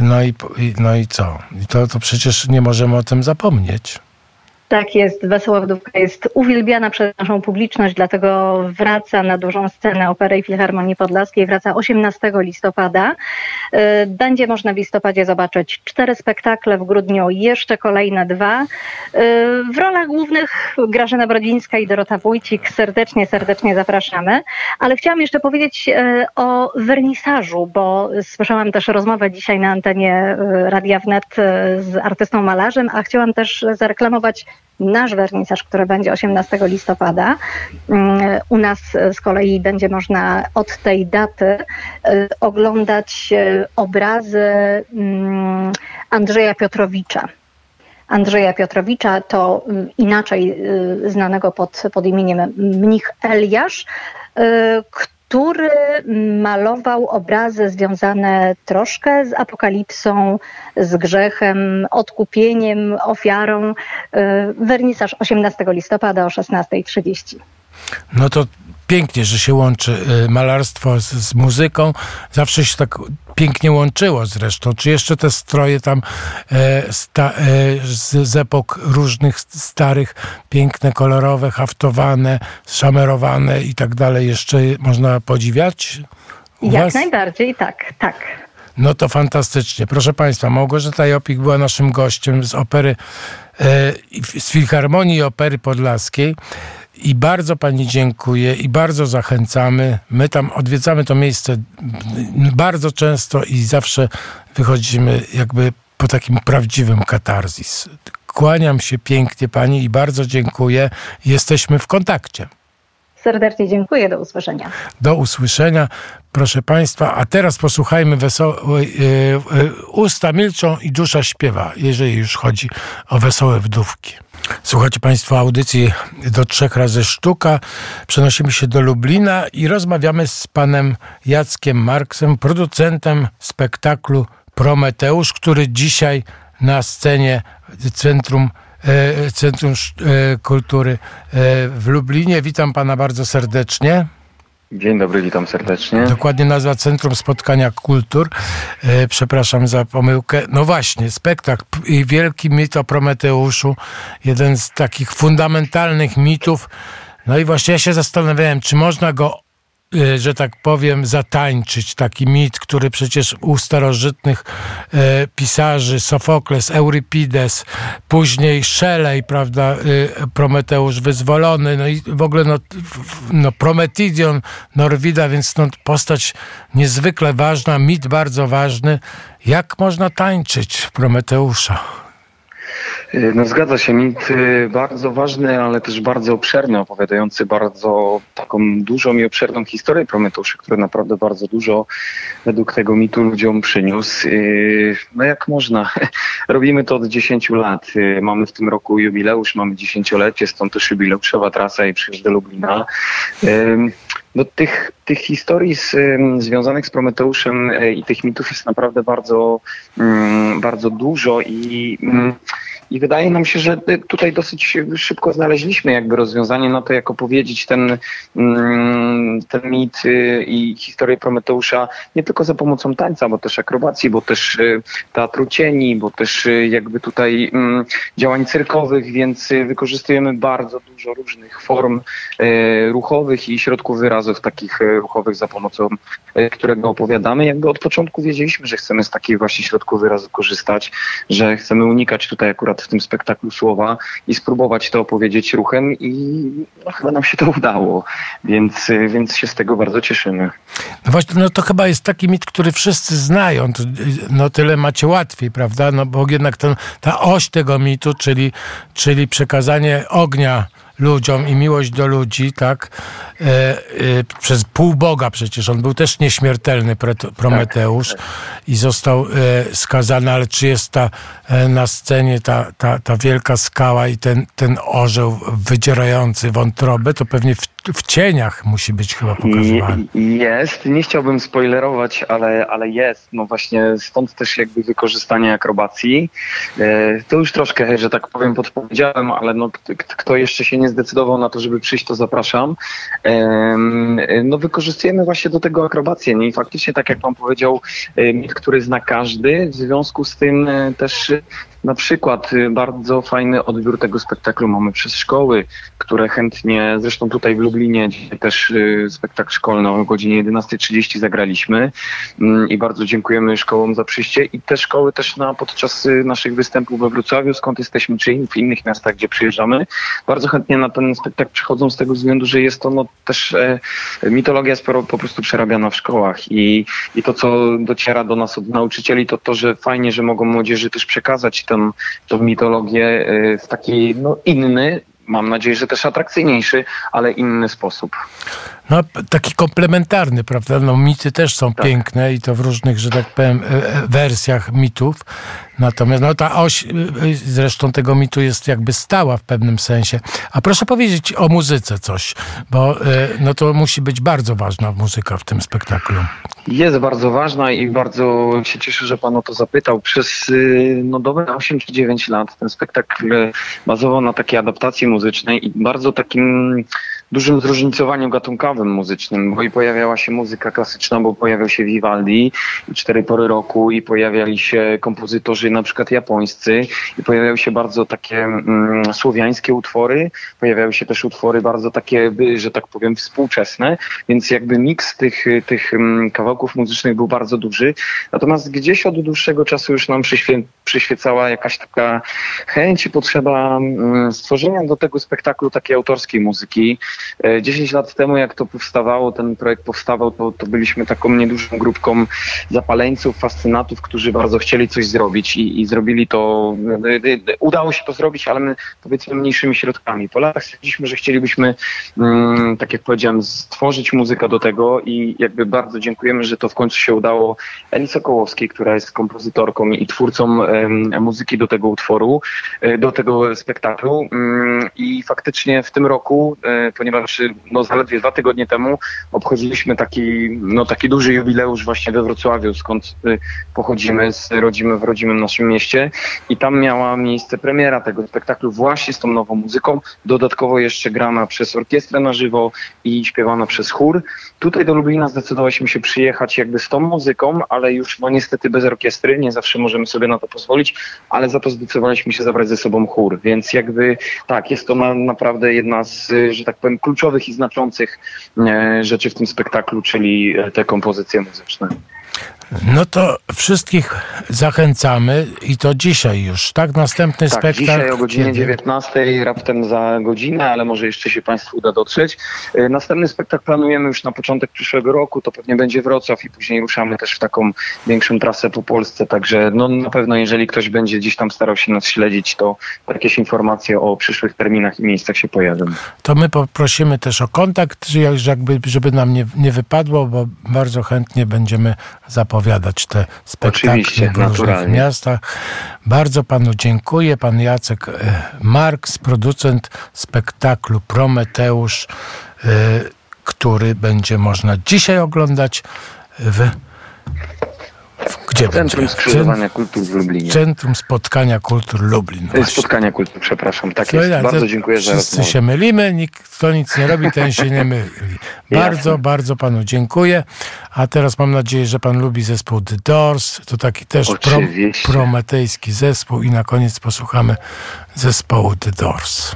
co? I to przecież nie możemy o tym zapomnieć. Tak jest, Wesoła Wdówka jest uwielbiana przez naszą publiczność, dlatego wraca na dużą scenę Opery Filharmonii Podlaskiej, wraca 18 listopada. Będzie można w listopadzie zobaczyć 4 spektakle, w grudniu jeszcze kolejne 2. W rolach głównych Grażyna Brodzińska i Dorota Wójcik. Serdecznie zapraszamy. Ale chciałam jeszcze powiedzieć o wernisażu, bo słyszałam też rozmowę dzisiaj na antenie Radia Wnet z artystą malarzem, a chciałam też zareklamować nasz wernisaż, który będzie 18 listopada. U nas z kolei będzie można od tej daty oglądać obrazy Andrzeja Piotrowicza. Andrzeja Piotrowicza to inaczej znanego pod imieniem mnich Eliasz, który malował obrazy związane troszkę z apokalipsą, z grzechem, odkupieniem, ofiarą. Wernisaż 18 listopada o 16:30. No to pięknie, że się łączy malarstwo z muzyką. Zawsze się tak pięknie łączyło zresztą. Czy jeszcze te stroje tam z epok różnych starych, piękne, kolorowe, haftowane, szamerowane i tak dalej jeszcze można podziwiać? Jak najbardziej, tak. No to fantastycznie. Proszę Państwa, Małgorzata Jopik była naszym gościem z opery, z Filharmonii Opery Podlaskiej. I bardzo Pani dziękuję i bardzo zachęcamy. My tam odwiedzamy to miejsce bardzo często i zawsze wychodzimy jakby po takim prawdziwym katarzis. Kłaniam się pięknie Pani i bardzo dziękuję. Jesteśmy w kontakcie. Serdecznie dziękuję. Do usłyszenia. Do usłyszenia, proszę Państwa. A teraz posłuchajmy wesołej usta milczą i dusza śpiewa, jeżeli już chodzi o Wesołe Wdówki. Słuchajcie Państwo audycji do 3 razy sztuka. Przenosimy się do Lublina i rozmawiamy z panem Jackiem Marksem, producentem spektaklu Prometeusz, który dzisiaj na scenie Centrum Kultury w Lublinie. Witam pana bardzo serdecznie. Dzień dobry, witam serdecznie. Dokładnie nazwa Centrum Spotkania Kultur. Przepraszam za pomyłkę. No właśnie, spektakl i wielki mit o Prometeuszu. Jeden z takich fundamentalnych mitów. No i właśnie ja się zastanawiałem, czy można go, że tak powiem, zatańczyć. Taki mit, który przecież u starożytnych pisarzy, Sofokles, Eurypides, później Shelley, prawda, Prometeusz wyzwolony, no i w ogóle Prometidion, Norwida, więc postać niezwykle ważna, mit bardzo ważny. Jak można tańczyć Prometeusza? No zgadza się, mit bardzo ważny, ale też bardzo obszerny, opowiadający bardzo taką dużą i obszerną historię Prometeusza, który naprawdę bardzo dużo według tego mitu ludziom przyniósł. No jak można? Robimy to od 10 lat. Mamy w tym roku jubileusz, mamy 10-lecie, stąd też jubileuszowa trasa i przyjazd do Lublina. tych historii związanych z Prometeuszem i tych mitów jest naprawdę bardzo, bardzo dużo i wydaje nam się, że tutaj dosyć szybko znaleźliśmy jakby rozwiązanie na to, jak opowiedzieć ten mit i historię Prometeusza nie tylko za pomocą tańca, bo też akrobacji, bo też teatru cieni, bo też jakby tutaj działań cyrkowych, więc wykorzystujemy bardzo dużo różnych form ruchowych i środków wyrazów takich ruchowych, za pomocą którego opowiadamy. Jakby od początku wiedzieliśmy, że chcemy z takich właśnie środków wyrazu korzystać, że chcemy unikać tutaj akurat w tym spektaklu słowa i spróbować to opowiedzieć ruchem i chyba nam się to udało, więc się z tego bardzo cieszymy. No właśnie, no to chyba jest taki mit, który wszyscy znają, no tyle macie łatwiej, prawda? No bo jednak ta oś tego mitu, czyli przekazanie ognia ludziom i miłość do ludzi, tak, przez półboga przecież. On był też nieśmiertelny, Prometeusz, tak. I został skazany, ale czy jest na scenie ta wielka skała i ten orzeł wydzierający wątrobę, to pewnie w cieniach musi być chyba pokazywany. Jest, nie chciałbym spoilerować, ale jest. No właśnie stąd też jakby wykorzystanie akrobacji. To już troszkę, że tak powiem, podpowiedziałem, ale no, kto jeszcze się nie zdecydował na to, żeby przyjść, to zapraszam. No wykorzystujemy właśnie do tego akrobację, nie? I faktycznie, tak jak pan powiedział, mit, który zna każdy, w związku z tym też na przykład bardzo fajny odbiór tego spektaklu mamy przez szkoły, które chętnie, zresztą tutaj w Lublinie dzisiaj też spektakl szkolny o godzinie 11:30 zagraliśmy i bardzo dziękujemy szkołom za przyjście i te szkoły też podczas naszych występów we Wrocławiu, skąd jesteśmy, czy w innych miastach, gdzie przyjeżdżamy, bardzo chętnie na ten spektakl przychodzą z tego względu, że jest to też mitologia jest po prostu przerabiana w szkołach i to, co dociera do nas od nauczycieli, to że fajnie, że mogą młodzieży też przekazać tą mitologię w taki inny, mam nadzieję, że też atrakcyjniejszy, ale inny sposób. No, taki komplementarny, prawda? No, mity też są piękne i to w różnych, że tak powiem, wersjach mitów. Natomiast ta oś zresztą tego mitu jest jakby stała w pewnym sensie. A proszę powiedzieć o muzyce coś, bo to musi być bardzo ważna muzyka w tym spektaklu. Jest bardzo ważna i bardzo się cieszę, że pan o to zapytał. Przez dobre 8 czy 9 lat ten spektakl bazował na takiej adaptacji muzycznej i bardzo takim dużym zróżnicowaniu gatunkowym muzycznym, bo i pojawiała się muzyka klasyczna, bo pojawiał się Vivaldi, 4 pory roku i pojawiali się kompozytorzy na przykład japońscy i pojawiały się bardzo takie słowiańskie utwory, pojawiały się też utwory bardzo takie, że tak powiem, współczesne, więc jakby miks tych kawałków muzycznych był bardzo duży. Natomiast gdzieś od dłuższego czasu już nam przyświecała jakaś taka chęć i potrzeba stworzenia do tego spektaklu takiej autorskiej muzyki. 10 lat temu, jak to powstawało, ten projekt powstawał, to byliśmy taką niedużą grupką zapaleńców, fascynatów, którzy bardzo chcieli coś zrobić i zrobili to, udało się to zrobić, ale my powiedzmy mniejszymi środkami. Po latach stwierdziliśmy, że chcielibyśmy, tak jak powiedziałem, stworzyć muzykę do tego i jakby bardzo dziękujemy, że to w końcu się udało Eli Sokołowskiej, która jest kompozytorką i twórcą muzyki do tego utworu, do tego spektaklu i faktycznie w tym roku, ponieważ zaledwie 2 tygodnie temu obchodziliśmy taki duży jubileusz właśnie we Wrocławiu, skąd pochodzimy, rodzimy w rodzimym naszym mieście i tam miała miejsce premiera tego spektaklu właśnie z tą nową muzyką, dodatkowo jeszcze grana przez orkiestrę na żywo i śpiewana przez chór. Tutaj do Lublina zdecydowaliśmy się przyjechać jakby z tą muzyką, ale już niestety bez orkiestry, nie zawsze możemy sobie na to pozwolić, ale za to zdecydowaliśmy się zabrać ze sobą chór, więc jakby tak, jest to naprawdę jedna z, że tak powiem, kluczowych i znaczących rzeczy w tym spektaklu, czyli te kompozycje muzyczne. No to wszystkich zachęcamy i to dzisiaj już, tak? Następny spektakl. Dzisiaj o godzinie 19, raptem za godzinę, ale może jeszcze się Państwu uda dotrzeć. Następny spektakl planujemy już na początek przyszłego roku, to pewnie będzie Wrocław i później ruszamy też w taką większą trasę po Polsce, także na pewno jeżeli ktoś będzie gdzieś tam starał się nas śledzić, to jakieś informacje o przyszłych terminach i miejscach się pojawią. To my poprosimy też o kontakt, żeby nam nie wypadło, bo bardzo chętnie będziemy zapowiadać te spektakle w różnych miastach. Bardzo panu dziękuję. Pan Jacek Marks, producent spektaklu Prometeusz, który będzie można dzisiaj oglądać gdzie Centrum będzie? Skrzyżowania Kultur w Lublinie. Centrum Spotkania Kultur Lublin. Właśnie. Spotkania Kultur, przepraszam. Tak jest. Bardzo dziękuję za rozmowę. Wszyscy się mylimy, nikt kto nic nie robi, ten się nie myli. Bardzo panu dziękuję. A teraz mam nadzieję, że pan lubi zespół The Doors. To taki też prometejski zespół i na koniec posłuchamy zespołu The Doors.